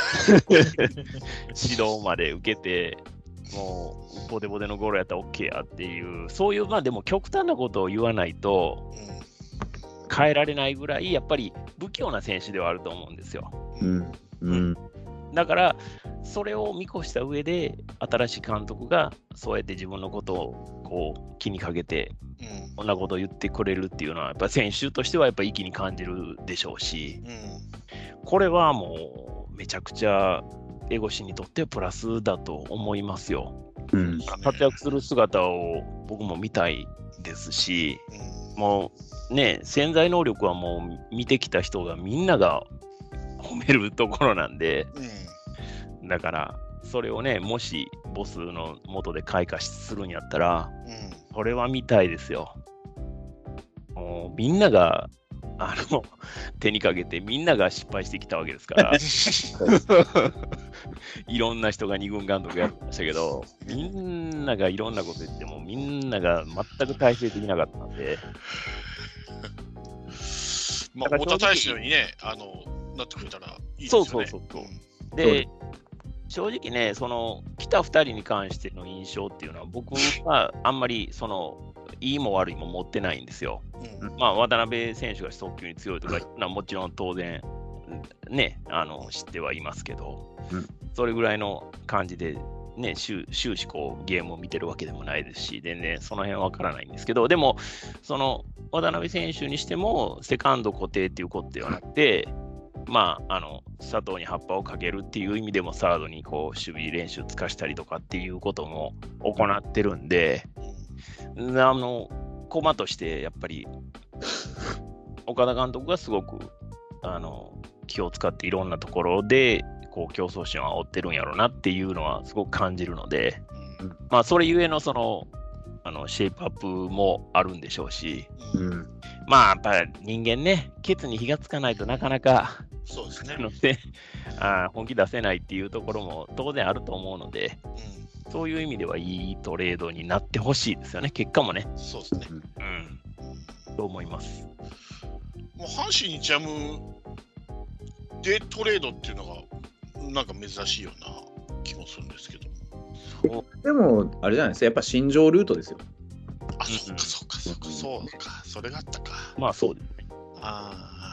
指導まで受けて、もうボデボデのゴロやったら OK やっていう、そういうまあでも極端なことを言わないと変えられないぐらいやっぱり不器用な選手ではあると思うんですよ。うんうん、だからそれを見越した上で新しい監督がそうやって自分のことをこう気にかけて、うん、こんなことを言ってくれるっていうのはやっぱ選手としてはやっぱ意気に感じるでしょうし、うん、これはもうめちゃくちゃ江越にとってはプラスだと思いますよ。 うん、 活躍する姿を僕も見たいですし、うん、もうね、潜在能力はもう見てきた人がみんなが褒めるところなんで、うん、だからそれをね、もしボスの下で開花するんやったら、うん、それは見たいですよ。もうみんながあの手にかけてみんなが失敗してきたわけですからいろんな人が二軍監督やってましたけど、みんながいろんなこと言ってもみんなが全く体制できなかったんでまあ太田大使のようにね、あのなってくれたらいいですよね。 そうそうそうそう、うん、で正直ね、その来たふたりに関しての印象っていうのは僕はあんまりそのいいも悪いも持ってないんですよ。うん、まあ渡辺選手が速球に強いとかはもちろん当然ね、あの知ってはいますけど、うん、それぐらいの感じでね、終始こうゲームを見てるわけでもないですし、全然その辺はわからないんですけど、でもその渡辺選手にしてもセカンド固定っていうことではなくて、まあ、あの佐藤に葉っぱをかけるっていう意味でもサードにこう守備練習つかしたりとかっていうことも行ってるんで、あの駒としてやっぱり岡田監督がすごくあの気を使っていろんなところでこう競争心を煽ってるんやろうなっていうのはすごく感じるので、うん、まあそれゆえのそのあのシェイプアップもあるんでしょうし、うん、まあやっぱり人間ね、ケツに火がつかないとなかなかそうですねのであ本気出せないっていうところも当然あると思うので、うん、そういう意味ではいいトレードになってほしいですよね、結果もね。 そうですね。 うん。と思います。 もう阪神にジャムでトレードっていうのがなんか珍しいような気もするんですけど。 でもあれじゃないですか、やっぱ新庄ルートですよ。 あ、そうかそうかそうかそうか、それがあったか。 まあそうですね。 ああ。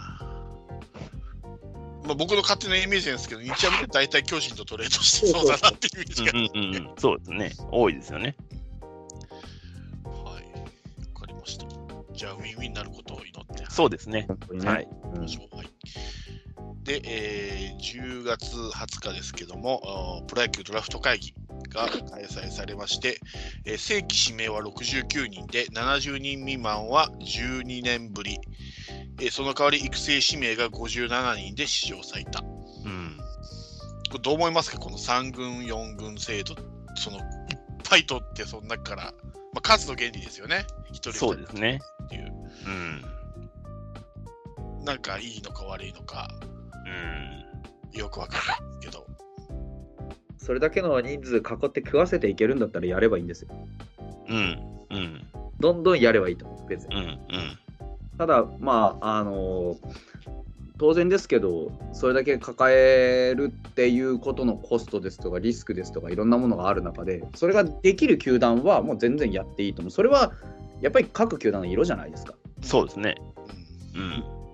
まあ、僕の勝手なイメージなんですけど、日ハムで大体巨人とトレードしてそうだなっていうイメージが、 うんうんうん、そうですね、多いですよね。 はい、わかりました。じゃあ、ウィンウィンになることを祈って。 そうですね。 ねはい。うん、はい。で、えー、じゅうがつはつかですけども、プロ野球ドラフト会議が開催されまして、えー、正規指名はろくじゅうきゅうにんで、ななじゅうにん未満はじゅうにねんぶり。その代わり育成指名がごじゅうななにんで史上最多、うん、これどう思いますか、このさん軍よん軍制度、そのいっぱい取ってその中から、まあ、数の原理ですよね、ひとりそうですねっていう、うん、なんかいいのか悪いのか、うん、よくわかんないですけど、 それだけの人数囲って食わせていけるんだったらやればいいんですよ。 うんうん、 どんどんやればいいと思う、別に。うんうんただ、まあ、あの当然ですけど、それだけ抱えるっていうことのコストですとか、リスクですとか、いろんなものがある中で、それができる球団はもう全然やっていいと思う。それはやっぱり各球団の色じゃないですか。 そうですね。 うん、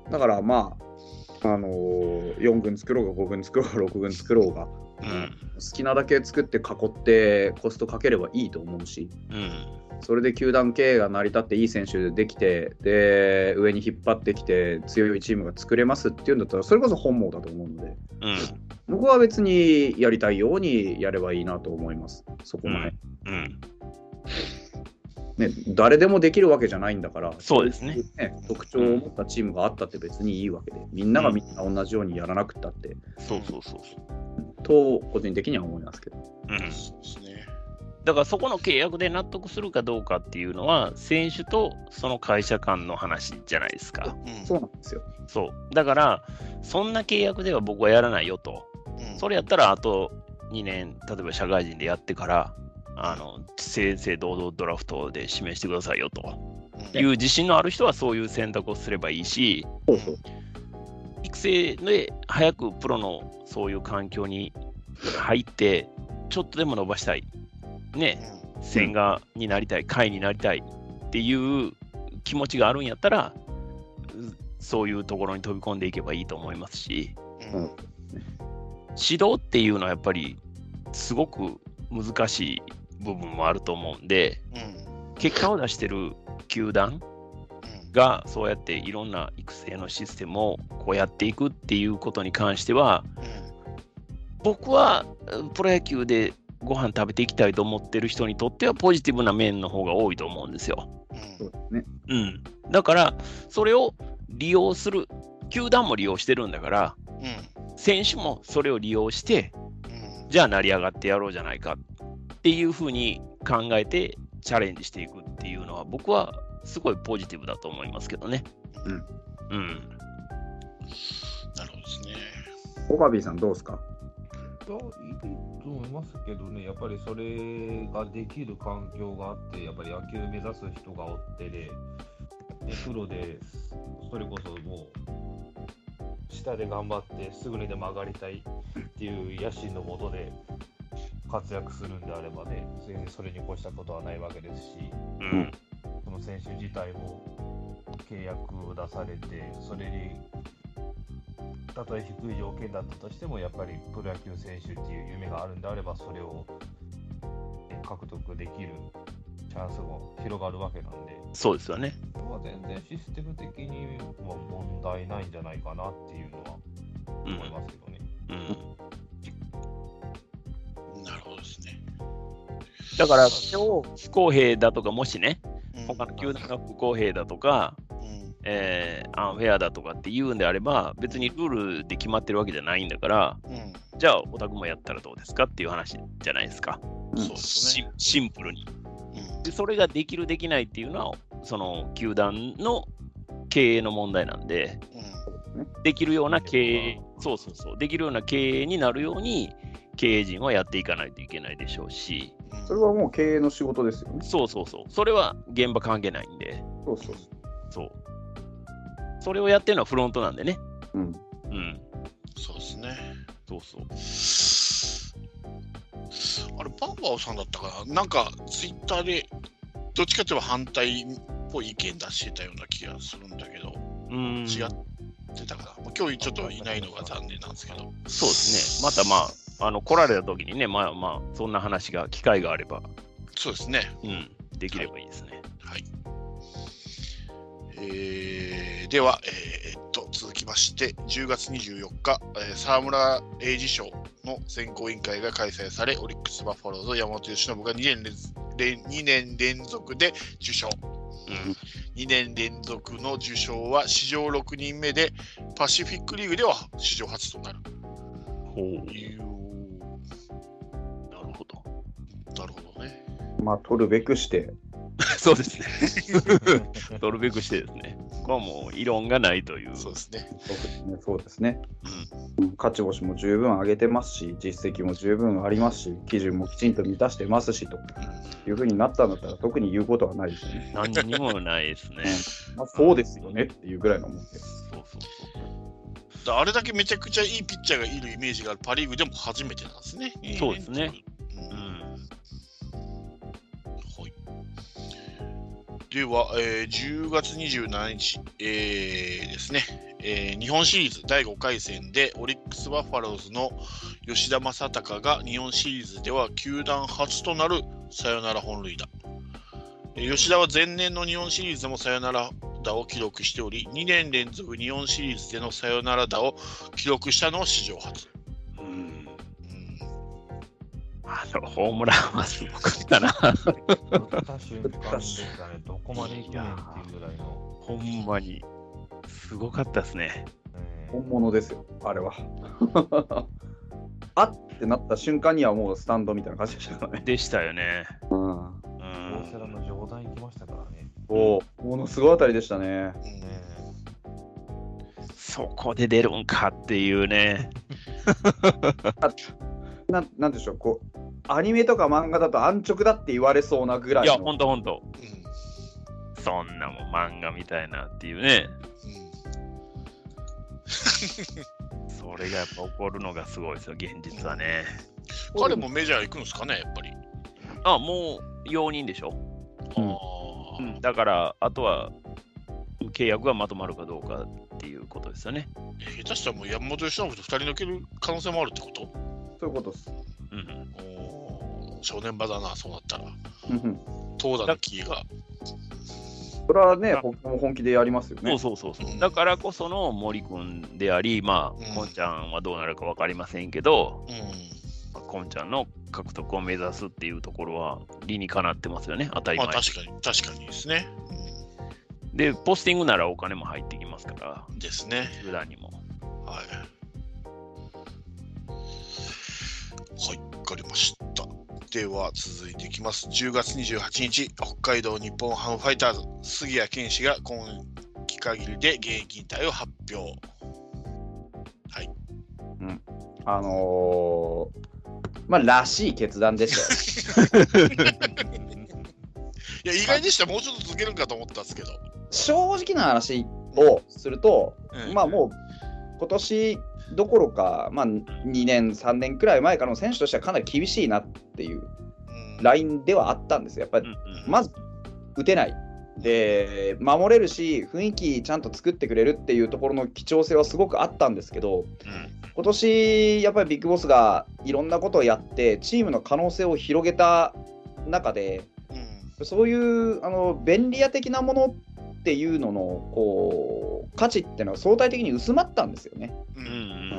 だから、まあ、あのよん軍作ろうが、ご軍作ろうが、ろく軍作ろうが、うん、好きなだけ作って囲ってコストかければいいと思うし。うんそれで球団経営が成り立っていい選手できてで上に引っ張ってきて強いチームが作れますっていうんだったらそれこそ本望だと思うので、うん、僕は別にやりたいようにやればいいなと思いますそこまで、うんうんね、誰でもできるわけじゃないんだからそうですね、 ね特徴を持ったチームがあったって別にいいわけでみんながみんな同じようにやらなくったって、うん、 そうそうそうそうと個人的には思いますけど、 うん、そうですねだからそこの契約で納得するかどうかっていうのは選手とその会社間の話じゃないですか、 うん、そうなんですよそうだからそんな契約では僕はやらないよと、うん、それやったらあとにねん例えば社会人でやってからあの正々堂々ドラフトで指名してくださいよという自信のある人はそういう選択をすればいいし、うん、育成で早くプロのそういう環境に入ってちょっとでも伸ばしたいね、千賀になりたい、下位になりたいっていう気持ちがあるんやったら、そういうところに飛び込んでいけばいいと思いますし、うん、指導っていうのはやっぱりすごく難しい部分もあると思うんで、うん、結果を出してる球団がそうやっていろんな育成のシステムをこうやっていくっていうことに関しては、うん、僕はプロ野球でご飯食べていきたいと思ってる人にとってはポジティブな面の方が多いと思うんですよ。 そうですね。 うん。だからそれを利用する、球団も利用してるんだから、うん、選手もそれを利用して、うん、じゃあ成り上がってやろうじゃないかっていうふうに考えてチャレンジしていくっていうのは僕はすごいポジティブだと思いますけどね。うん。うん。 なるほどですね。 オカビーさんどうですか？ いや、いいと思いますけどね、やっぱりそれができる環境があって、やっぱり野球目指す人がおってで、ね、プロでそれこそもう下で頑張ってすぐにでも上がりたいっていう野心のもとで活躍するんであればね、全然それに越したことはないわけですし、うん、その選手自体も契約を出されて、それにたとえ低い条件だったとしても、やっぱりプロ野球選手っていう夢があるんであれば、それを獲得できるチャンスも広がるわけなんで、 そうですよね。 これは全然システム的には問題ないんじゃないかなっていうのは思いますけどね。うんうん、なるほどですね。 だから、今日不公平だとか、もしね、うん、他の球団が不公平だとか、えー、アンフェアだとかって言うんであれば、別にルールで決まってるわけじゃないんだから、うん、じゃあお宅もやったらどうですかっていう話じゃないですか。 そうですね。 シンプルに、うんで。それができるできないっていうのは、その球団の経営の問題なんで、うん、できるような経営、そうそうそう、できるような経営になるように経営陣はやっていかないといけないでしょうし。 それはもう経営の仕事ですよね。 そうそうそう。それは現場関係ないんで。 そうそうそう。それをやってるのはフロントなんでね。 うん。うん。 そうですね。 そうそう。 あれ、パンパオさんだったかな、なんかツイッターでどっちかというと反対っぽい意見出してたような気がするんだけど、うん、違ってたかな。今日ちょっといないのが残念なんですけど。 そうですね。またまあ、あの来られた時にね、まあまあ、そんな話が、機会があれば、 そうですね。 うん、できればいいですね。 はい。はいえー、では、えー、っと続きましてじゅうがつにじゅうよっか、えー、沢村栄治賞の選考委員会が開催され、オリックス・バファローズ山本由伸がにねん連続で受賞、うん、にねん連続の受賞は史上ろくにんめで、パシフィックリーグでは史上初となる。 ほう。 いうなるほどなるほどね。 まあ取るべくしてそうですね。取るべくしてですね。これはもう異論がないという。 そうですね。 そうですね。うん、勝ち星も十分上げてますし、実績も十分ありますし、基準もきちんと満たしてますしというふうになったんだったら、特に言うことはないですよね。 何にもないですね。 まあ、そうですよねっていうぐらいの思ってる。 そうそうそう。あれだけめちゃくちゃいいピッチャーがいるイメージがあるパ・リーグでも初めてなんですね。 そうですね。 では、えー、じゅうがつにじゅうしちにち、えー、ですね、えー、日本シリーズだいごかい戦でオリックス・バファローズの吉田正尚が日本シリーズでは球団初となるサヨナラ本塁打、えー、吉田は前年の日本シリーズでもサヨナラ打を記録しており、にねん連続日本シリーズでのサヨナラ打を記録したのは史上初。 あのホームランはすごかったな。 打った瞬間ですかね、どこまでいけないっていうぐらいの。 ほんまにすごかったですね。 本物ですよ、あれは。あってなった瞬間にはもうスタンドみたいな感じでしたからね。 でしたよね。うん。 大瀬良の上段行きましたからね。 そう、ものすごい当たりでしたね。 そこで出るんかっていうね。 な, なんでしょう、こうアニメとか漫画だと安直だって言われそうなぐらいの。 いや、ほんとほんと、うん、そんなもん漫画みたいなっていうね、うん、それがやっぱ起こるのがすごいですよ、現実はね。 彼もメジャー行くんですかね、やっぱり。 あ、もう容認でしょ、うん、うん、だからあとは契約がまとまるかどうかっていうことですよね。 下手したらもう山本由伸とふたり抜ける可能性もあるってこと？ そういうことです。 うん、お正念場だな、そうなったら。投打のキーが。 それはね、僕も本気でやりますよね。 そうそうそうそう、うん。だからこその森君であり、まあ、うん、こんちゃんはどうなるか分かりませんけど、うん、まあ、こんちゃんの獲得を目指すっていうところは理にかなってますよね、当たり前。 まあ確かに、確かにですね。 うん、で、ポスティングならお金も入ってきますから。 ですね。 球団にも。 はい。はい、わかりました。では続いていきます。じゅうがつにじゅうはちにち、北海道日本ハムファイターズ、杉谷拳士が今季限りで現役引退を発表。はい。 うん。あのー、まあ、らしい決断でしたよ。 いや、意外でした。もうちょっと続けるんかと思ったんですけど。 正直な話をすると、うん、まあもう今年どころか、まあ、にねんさんねんくらい前からの選手としてはかなり厳しいなっていうラインではあったんですよ。やっぱりまず打てないで守れるし雰囲気ちゃんと作ってくれるっていうところの貴重性はすごくあったんですけど、うん、今年やっぱりビッグボスがいろんなことをやってチームの可能性を広げた中で、うん、そういうあの便利屋的なものっていうののこう価値っていうのは相対的に薄まったんですよね。うんうん、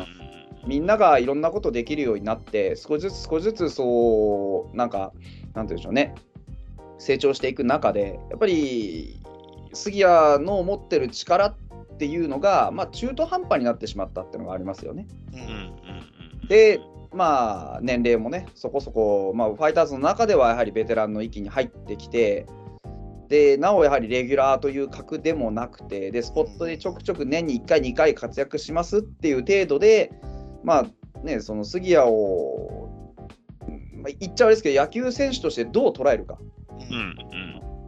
みんながいろんなことできるようになって少しずつ少しずつそうなんかなんていうんでしょうね、成長していく中でやっぱり杉谷の持ってる力っていうのが、まあ、中途半端になってしまったっていうのがありますよね。うんうん、でまあ年齢もねそこそこ、まあ、ファイターズの中ではやはりベテランの域に入ってきて、でなおやはりレギュラーという格でもなくて、でスポットでちょくちょく年にいっかいにかい活躍しますっていう程度で、まあね、その杉谷を、まあ、言っちゃうんですけど野球選手としてどう捉えるか、うんうん、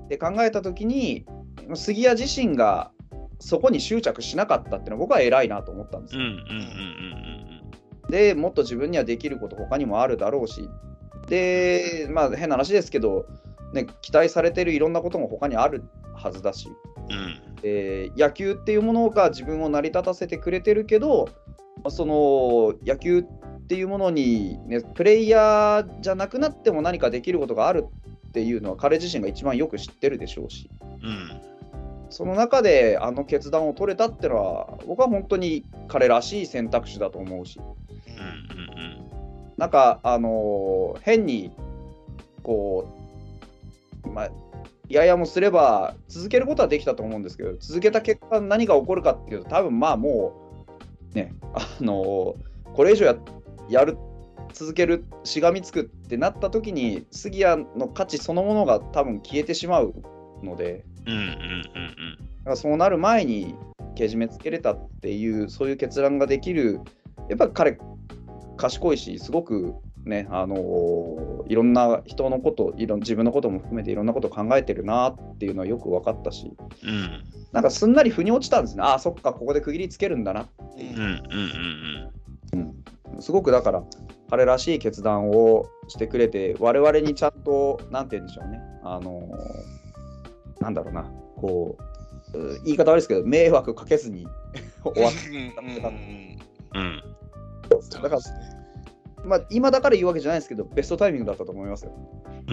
って考えたときに杉谷自身がそこに執着しなかったっていうのは僕は偉いなと思ったんですよ。でもっと自分にはできること他にもあるだろうし、でまあ変な話ですけどね、期待されているいろんなことも他にあるはずだし、うんえー、野球っていうものが自分を成り立たせてくれてるけど、その野球っていうものに、ね、プレイヤーじゃなくなっても何かできることがあるっていうのは彼自身が一番よく知ってるでしょうし、うん、その中であの決断を取れたっていうのは僕は本当に彼らしい選択肢だと思うし、うんうんうん、なんかあのー、変にこうまあ、ややもすれば続けることはできたと思うんですけど、続けた結果何が起こるかっていうと多分まあもうね、あのー、これ以上 や, やる続けるしがみつくってなった時に杉谷の価値そのものが多分消えてしまうので、うんうんうんうん、だからそうなる前にけじめつけれたっていうそういう決断ができる、やっぱり彼賢いしすごくね、あのー、いろんな人のこといろ自分のことも含めていろんなことを考えてるなっていうのはよく分かったし、うん、なんかすんなり腑に落ちたんですね。ああそっかここで区切りつけるんだなっていう、うんうんうんうん、すごくだから彼らしい決断をしてくれて我々にちゃんとなんて言うんでしょうね、あのー、なんだろうなこう言い方悪いですけど迷惑かけずに終わったってた、うんうん、だからまあ、今だから言うわけじゃないですけどベストタイミングだったと思いますよ。うん、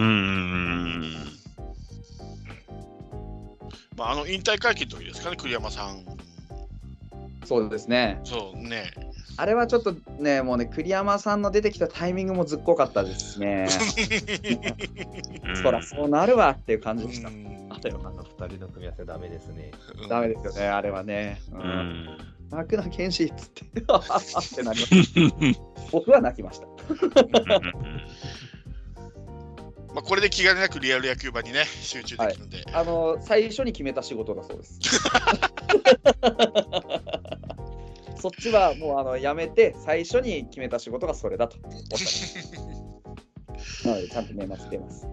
まあ、あの引退会見の時ですかね、栗山さん。 そうですね。 そうね。 あれはちょっとね、もうね、栗山さんの出てきたタイミングもずっこかったですね。そらそうなるわっていう感じでした。あとよあのふたりの組み合わせダメですね。ダメですよね、あれはね。うん。泣くな剣士っつってってなりました。僕は泣きました。 まあこれで気兼ねなくリアル野球場にね集中できるんで、はい、 あの最初に決めた仕事だそうです。そっちはもうあのやめて最初に決めた仕事がそれだとおっしゃってます。なのでちゃんとメモつけます。はい。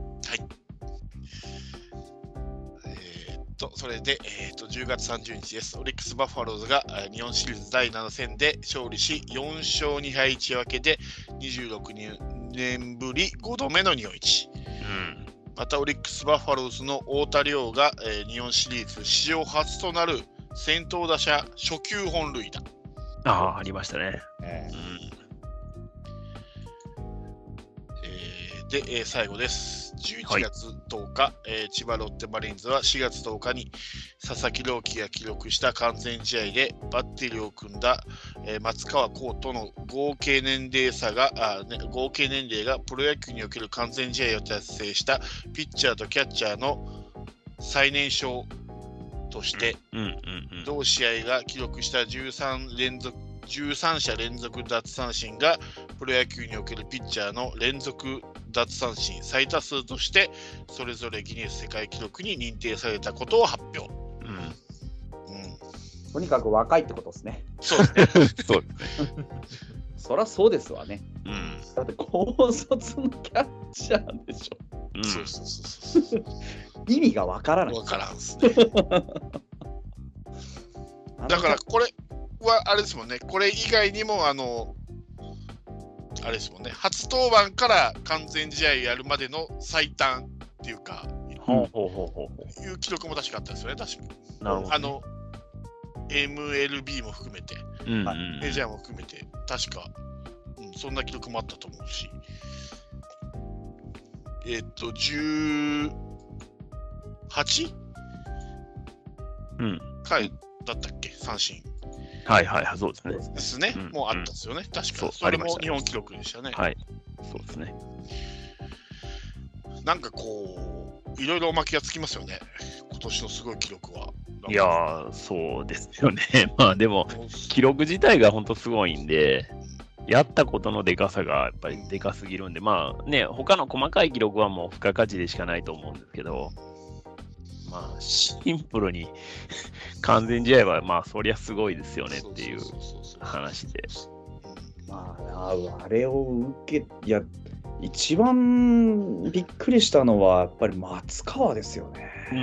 えー、っとそれで、えー、っとじゅうがつさんじゅうにちです。オリックスバファローズが日本シリーズだいなな戦で勝利しよんしょうにはいいち分けでにじゅうろくねんぶりごどめの日本一。うん、またオリックスバファローズの太田亮が、えー、日本シリーズ史上初となる先頭打者初球本塁打。 ああ、ありましたね。えーうんえー、 で、えー、最後です。じゅういちがつとおか、はいえー、千葉ロッテマリーンズはしがつとおかに佐々木朗希が記録した完全試合でバッテリーを組んだ、えー、松川虎生との合計年齢差があ、ね、合計年齢がプロ野球における完全試合を達成したピッチャーとキャッチャーの最年少として、 うんうんうんうん、 同試合が記録したじゅうさん連続じゅうさん者連続奪三振がプロ野球におけるピッチャーの連続奪三振最多数としてそれぞれギネス世界記録に認定されたことを発表、うんうん、 とにかく若いってことですね。 そうですねそうそりゃそうですわね、 うん、 だって高卒のキャッチャーでしょ、 うん、そうそうそうそう意味がわからない。 わからんですねだからこれはあれですもんね、これ以外にもあのあれですもんね、初登板から完全試合やるまでの最短っていうか、 ほうほうほうほういう記録も確かあったんですよね、確かなるほど、ね、 あの エムエルビー も含めて、 うんうん、 メジャーも含めて、確か、うん、そんな記録もあったと思うし、えっと、じゅうはち? うん、 回だったっけ、三振。 はいはいはい、そうですね。 ですね、うん、もうあったんですよね、うん、確かに。それも日本記録でしたね。 はい、そうですね。 なんかこう、いろいろおまけがつきますよね、今年のすごい記録は。 いやー、そうですよね。まあでも、記録自体が本当すごいんで、やったことのでかさがやっぱりでかすぎるんで、まあね、他の細かい記録はもう付加価値でしかないと思うんですけど、まあ、シンプルに完全試合はまあそりゃすごいですよねっていう話で。 まあ、あれを受け、いや、一番びっくりしたのはやっぱり松川ですよね。 うん。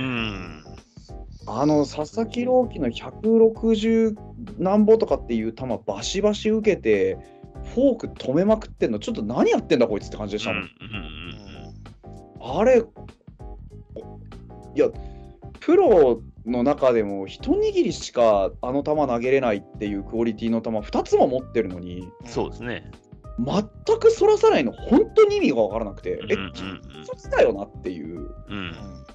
あの佐々木朗希のひゃくろくじゅう何歩とかっていう球バシバシ受けてフォーク止めまくってんの、ちょっと何やってんだこいつって感じでしたもん。うんうんうん、あれ、いや、プロの中でも一握りしかあの球投げれないっていうクオリティの球ふたつも持ってるのに、 そうですね、 全くそらさないの本当に意味が分からなくて、 うんうんうん、 え、そっちだよなっていう、 うん、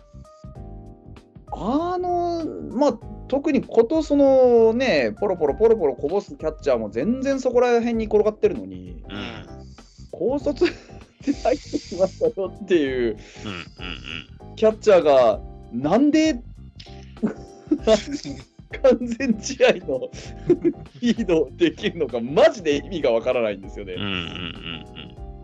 あのまあ特にことそのねポロポロポロポロこぼすキャッチャーも全然そこら辺に転がってるのに、 うん、 高卒で入ってきましたよっていう、 うんうんうん、 キャッチャーがなんで完全試合のリードできるのかマジで意味がわからないんですよね。 うんうんうんうん、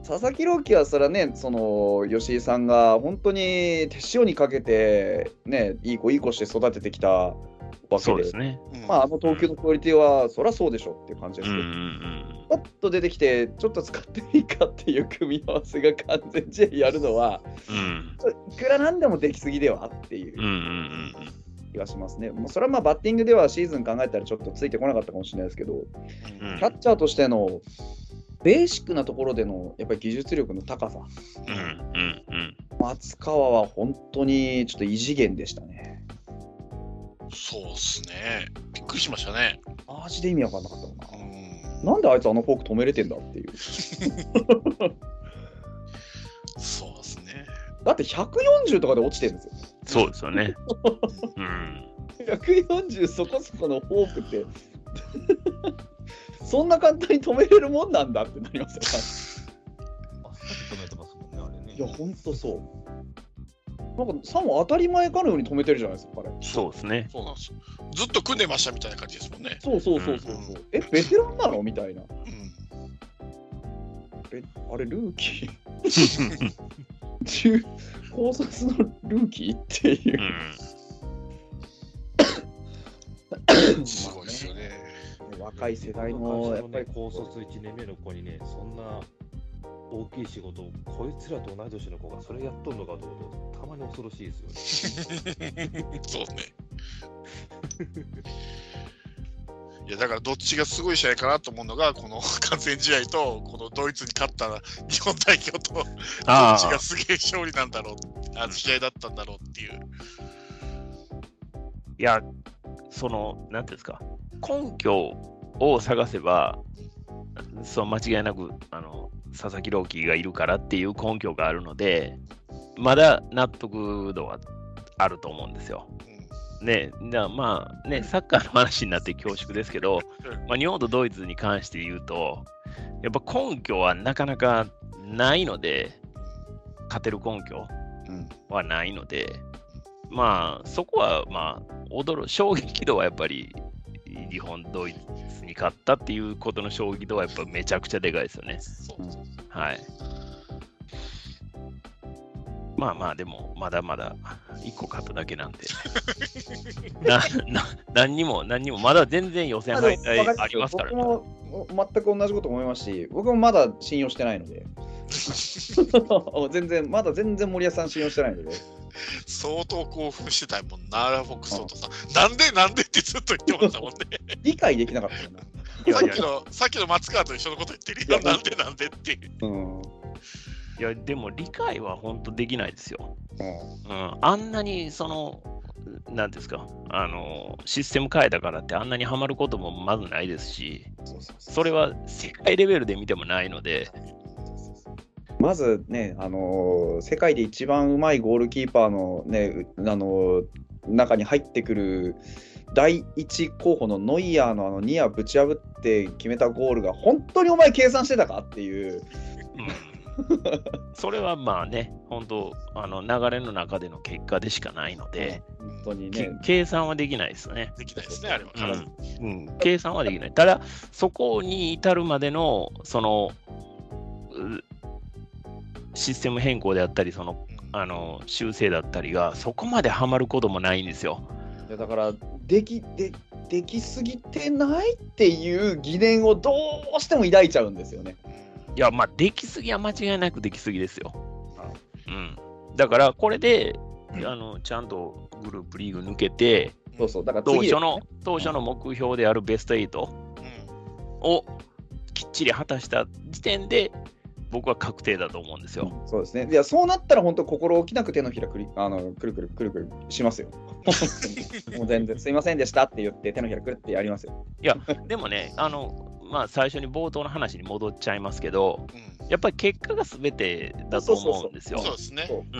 佐々木朗希はそれはね、その吉井さんが本当に手塩にかけてね、いい子いい子して育ててきたわけで、 そうですね、 まああの投球のクオリティは、うん、そりゃそうでしょっていう感じですけど、 うんうんうん、 パッと出てきてちょっと使っていいかっていう組み合わせが完全試合やるのは、 うん、 いくらなんでもできすぎではっていう。 うんうんうん気がしますね。もうそれはまあバッティングではシーズン考えたらちょっとついてこなかったかもしれないですけど、うん、キャッチャーとしてのベーシックなところでのやっぱり技術力の高さ、 うんうんうん、 松川は本当にちょっと異次元でしたね。 そうですね、びっくりしましたね。 マジで意味わかんなかったのな、うん、なんであいつあのフォーク止めれてんだっていうそうですね、 だってひゃくよんじゅうとかで落ちてるんですよ。 そうですよね、うん、 ひゃくよんじゅうそこそこのフォークってそんな簡単に止めれるもんなんだってなりますよ。 あっさり止めてますもんね、あれね。 いや、ほんとそう。なんかさも当たり前かのように止めてるじゃないですか、彼。 そうですね。 そうなんですよ。ずっと組んでましたみたいな感じですもんね。 そうそうそうそうそう、うん。え、ベテランなのみたいな。うん、え、あれ、ルーキー中高卒のルーキーっていう、 うん、すごいですよね。 若い世代のやっぱり高卒いちねんめの子にね、そんな大きい仕事をこいつらと同い年の子がそれやっとんのかと思うとたまに恐ろしいですよね。 そうね。いやだからどっちがすごい試合かなと思うのがこの完全試合とこのドイツに勝った日本代表とどっちがすげえ勝利なんだろう、あの試合だったんだろうっていう。 いやそのなんていうんですか、根拠を探せばそう間違いなくあの佐々木朗希がいるからっていう根拠があるので、まだ納得度はあると思うんですよ。ね、だまあね、サッカーの話になって恐縮ですけど、まあ、日本とドイツに関して言うと、やっぱ根拠はなかなかないので、勝てる根拠はないので、うん、まあそこはまあ驚衝撃度はやっぱり日本、ドイツに勝ったっていうことの衝撃度はやっぱめちゃくちゃでかいですよね。 そうそうそう、 はい。まあまあでもまだまだいっこ勝っただけなんでなな何にも何にもまだ全然予選敗退ありますから、ね、 僕も全く同じこと思いますし、僕もまだ信用してないので全然まだ全然森保さん信用してないので相当興奮してたもんな、ラフォックスとさ、なんでなんでってずっと言ってましたもんね理解できなかったよなさっきのさっきの松川と一緒のこと言ってるよ、なんでなんでっていう、うん、 いやでも理解は本当できないですよ、うんうん、あんなにそのなんですか、あのシステム変えたからってあんなにはまることもまずないですし、それは世界レベルで見てもないので、 まずね、あのー、世界で一番うまいゴールキーパーの、ね、あのー、中に入ってくる第一候補のノイアーのあのニアぶち破って決めたゴールが本当にお前計算してたかっていう、 うん、それはまあね、本当あの流れの中での結果でしかないので、 本当にね、 計算はできないですね。 できないですね、あれは、 うんうん。計算はできない。ただ、そこに至るまでのそのシステム変更であったり、その、うん、あの修正だったりがそこまではまることもないんですよ。 いやだからできでできすぎてないっていう疑念をどうしても抱いちゃうんですよね。 いやまあできすぎは間違いなくできすぎですよ。うん、だからこれであのちゃんとグループリーグ抜けて、 そうそうだから当初の当初の目標であるベストはちをきっちり果たした時点で僕は確定だと思うんですよ。 うん、そうですね。いやそうなったら本当心置きなく手のひらくりあのくるくるくるくるしますよ。もう全然すいませんでしたって言って手のひらくるってやりますよ。 いやでもね、あのまあ最初に冒頭の話に戻っちゃいますけど、うん、やっぱり結果が全てだと思うんですよ。 そうですね。 うん。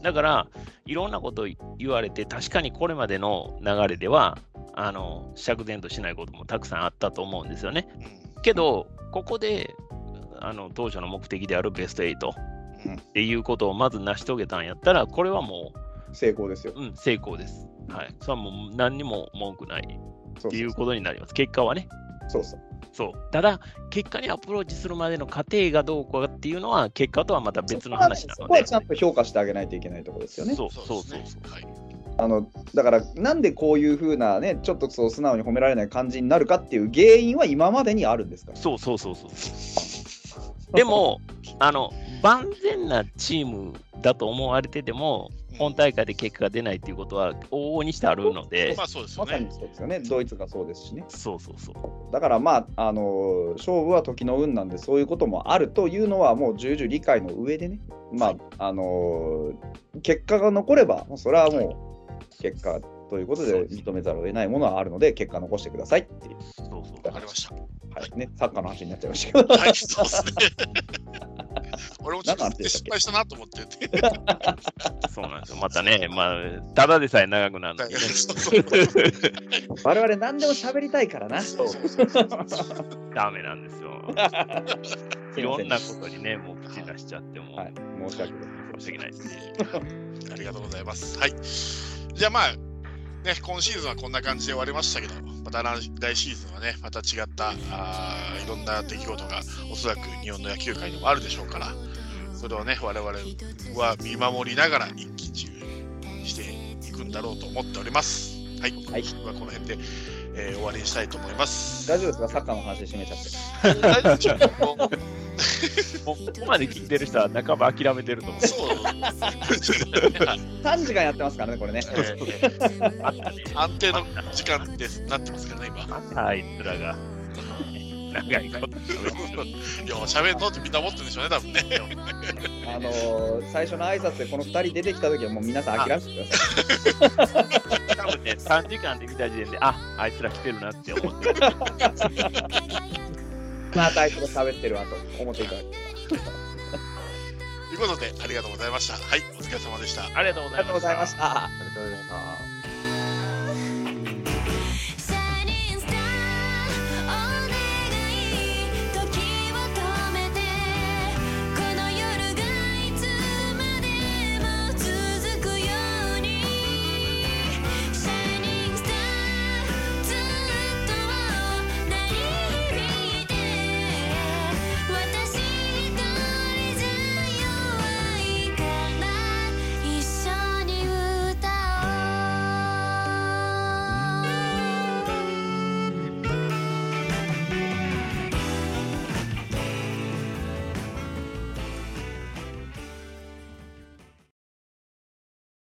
だからいろんなこと言われて、確かにこれまでの流れではあの釈然としないこともたくさんあったと思うんですよね。うん、けどここであの当初の目的であるベストはちっていうことをまず成し遂げたんやったら、これはもう成功ですよ。 うん、成功です。はい。それはもう何にも文句ないっていうことになります。結果はね。 そうそう。 そう。ただ、結果にアプローチするまでの過程がどうかっていうのは、結果とはまた別の話なので。 そこはちゃんと評価してあげないといけないところですよね。 そうそうそうそう。はい。 あのだからなんでこういう風なね、ちょっとそう素直に褒められない感じになるかっていう原因は今までにあるんですから。 そうそうそうそう。でもあの万全なチームだと思われてても、本大会で結果が出ないっていうことは往々にしてあるので、 まあそうですよね。 まさにそうですよね。ドイツがそうですしね。 そうそうそう。 だからまああの勝負は時の運なんで、そういうこともあるというのはもう重々理解の上でね。まああの結果が残れば、それはもう結果ということで認めざるを得ないものはあるので、結果残してくださいっていう。 そうそう。わかりました。 はいね、サッカーの話になっちゃいましたけど。 はい、そうですね。俺もちょっと失敗したなと思ってて。 そうなんですよ。またね、まあ、ただでさえ長くなるので、ね。 我々何でも喋りたいからな。 ダメなんですよ。いろんなことにね、もう口出しちゃっても、はい、 申し訳ない。 申し訳ないですね。 ありがとうございます。はい。じゃあまあ、ね、今シーズンはこんな感じで終わりましたけど、また来シーズンはね、また違ったあいろんな出来事がおそらく日本の野球界にもあるでしょうから、それをね、我々は見守りながら一喜一憂していくんだろうと思っております。はい。はい、はこの辺で、えー、終わりにしたいと思います。 大丈夫ですか、サッカーの話締めちゃって。大丈夫でしょう。 ここまで聞いてる人は半ば諦めてると思う。そう。 さんじかんやってますからね、これね。えー、安定の時間ですなってますからね、 今。あいつらが。長いこと喋ってる。 いや、喋るのってみんな思ってるんでしょうね、多分ね。 あのー、最初の挨拶でこのふたり出てきたときはもう皆さん諦めてください。 多分ね、さんじかんで見た時点で、あ、あいつら来てるなって思ってる。 またあいつら喋ってるわと思っていただければ。 ということで、ありがとうございました。はい、お疲れ様でした。 ありがとうございました。 ありがとうございました。 ありがとうございました。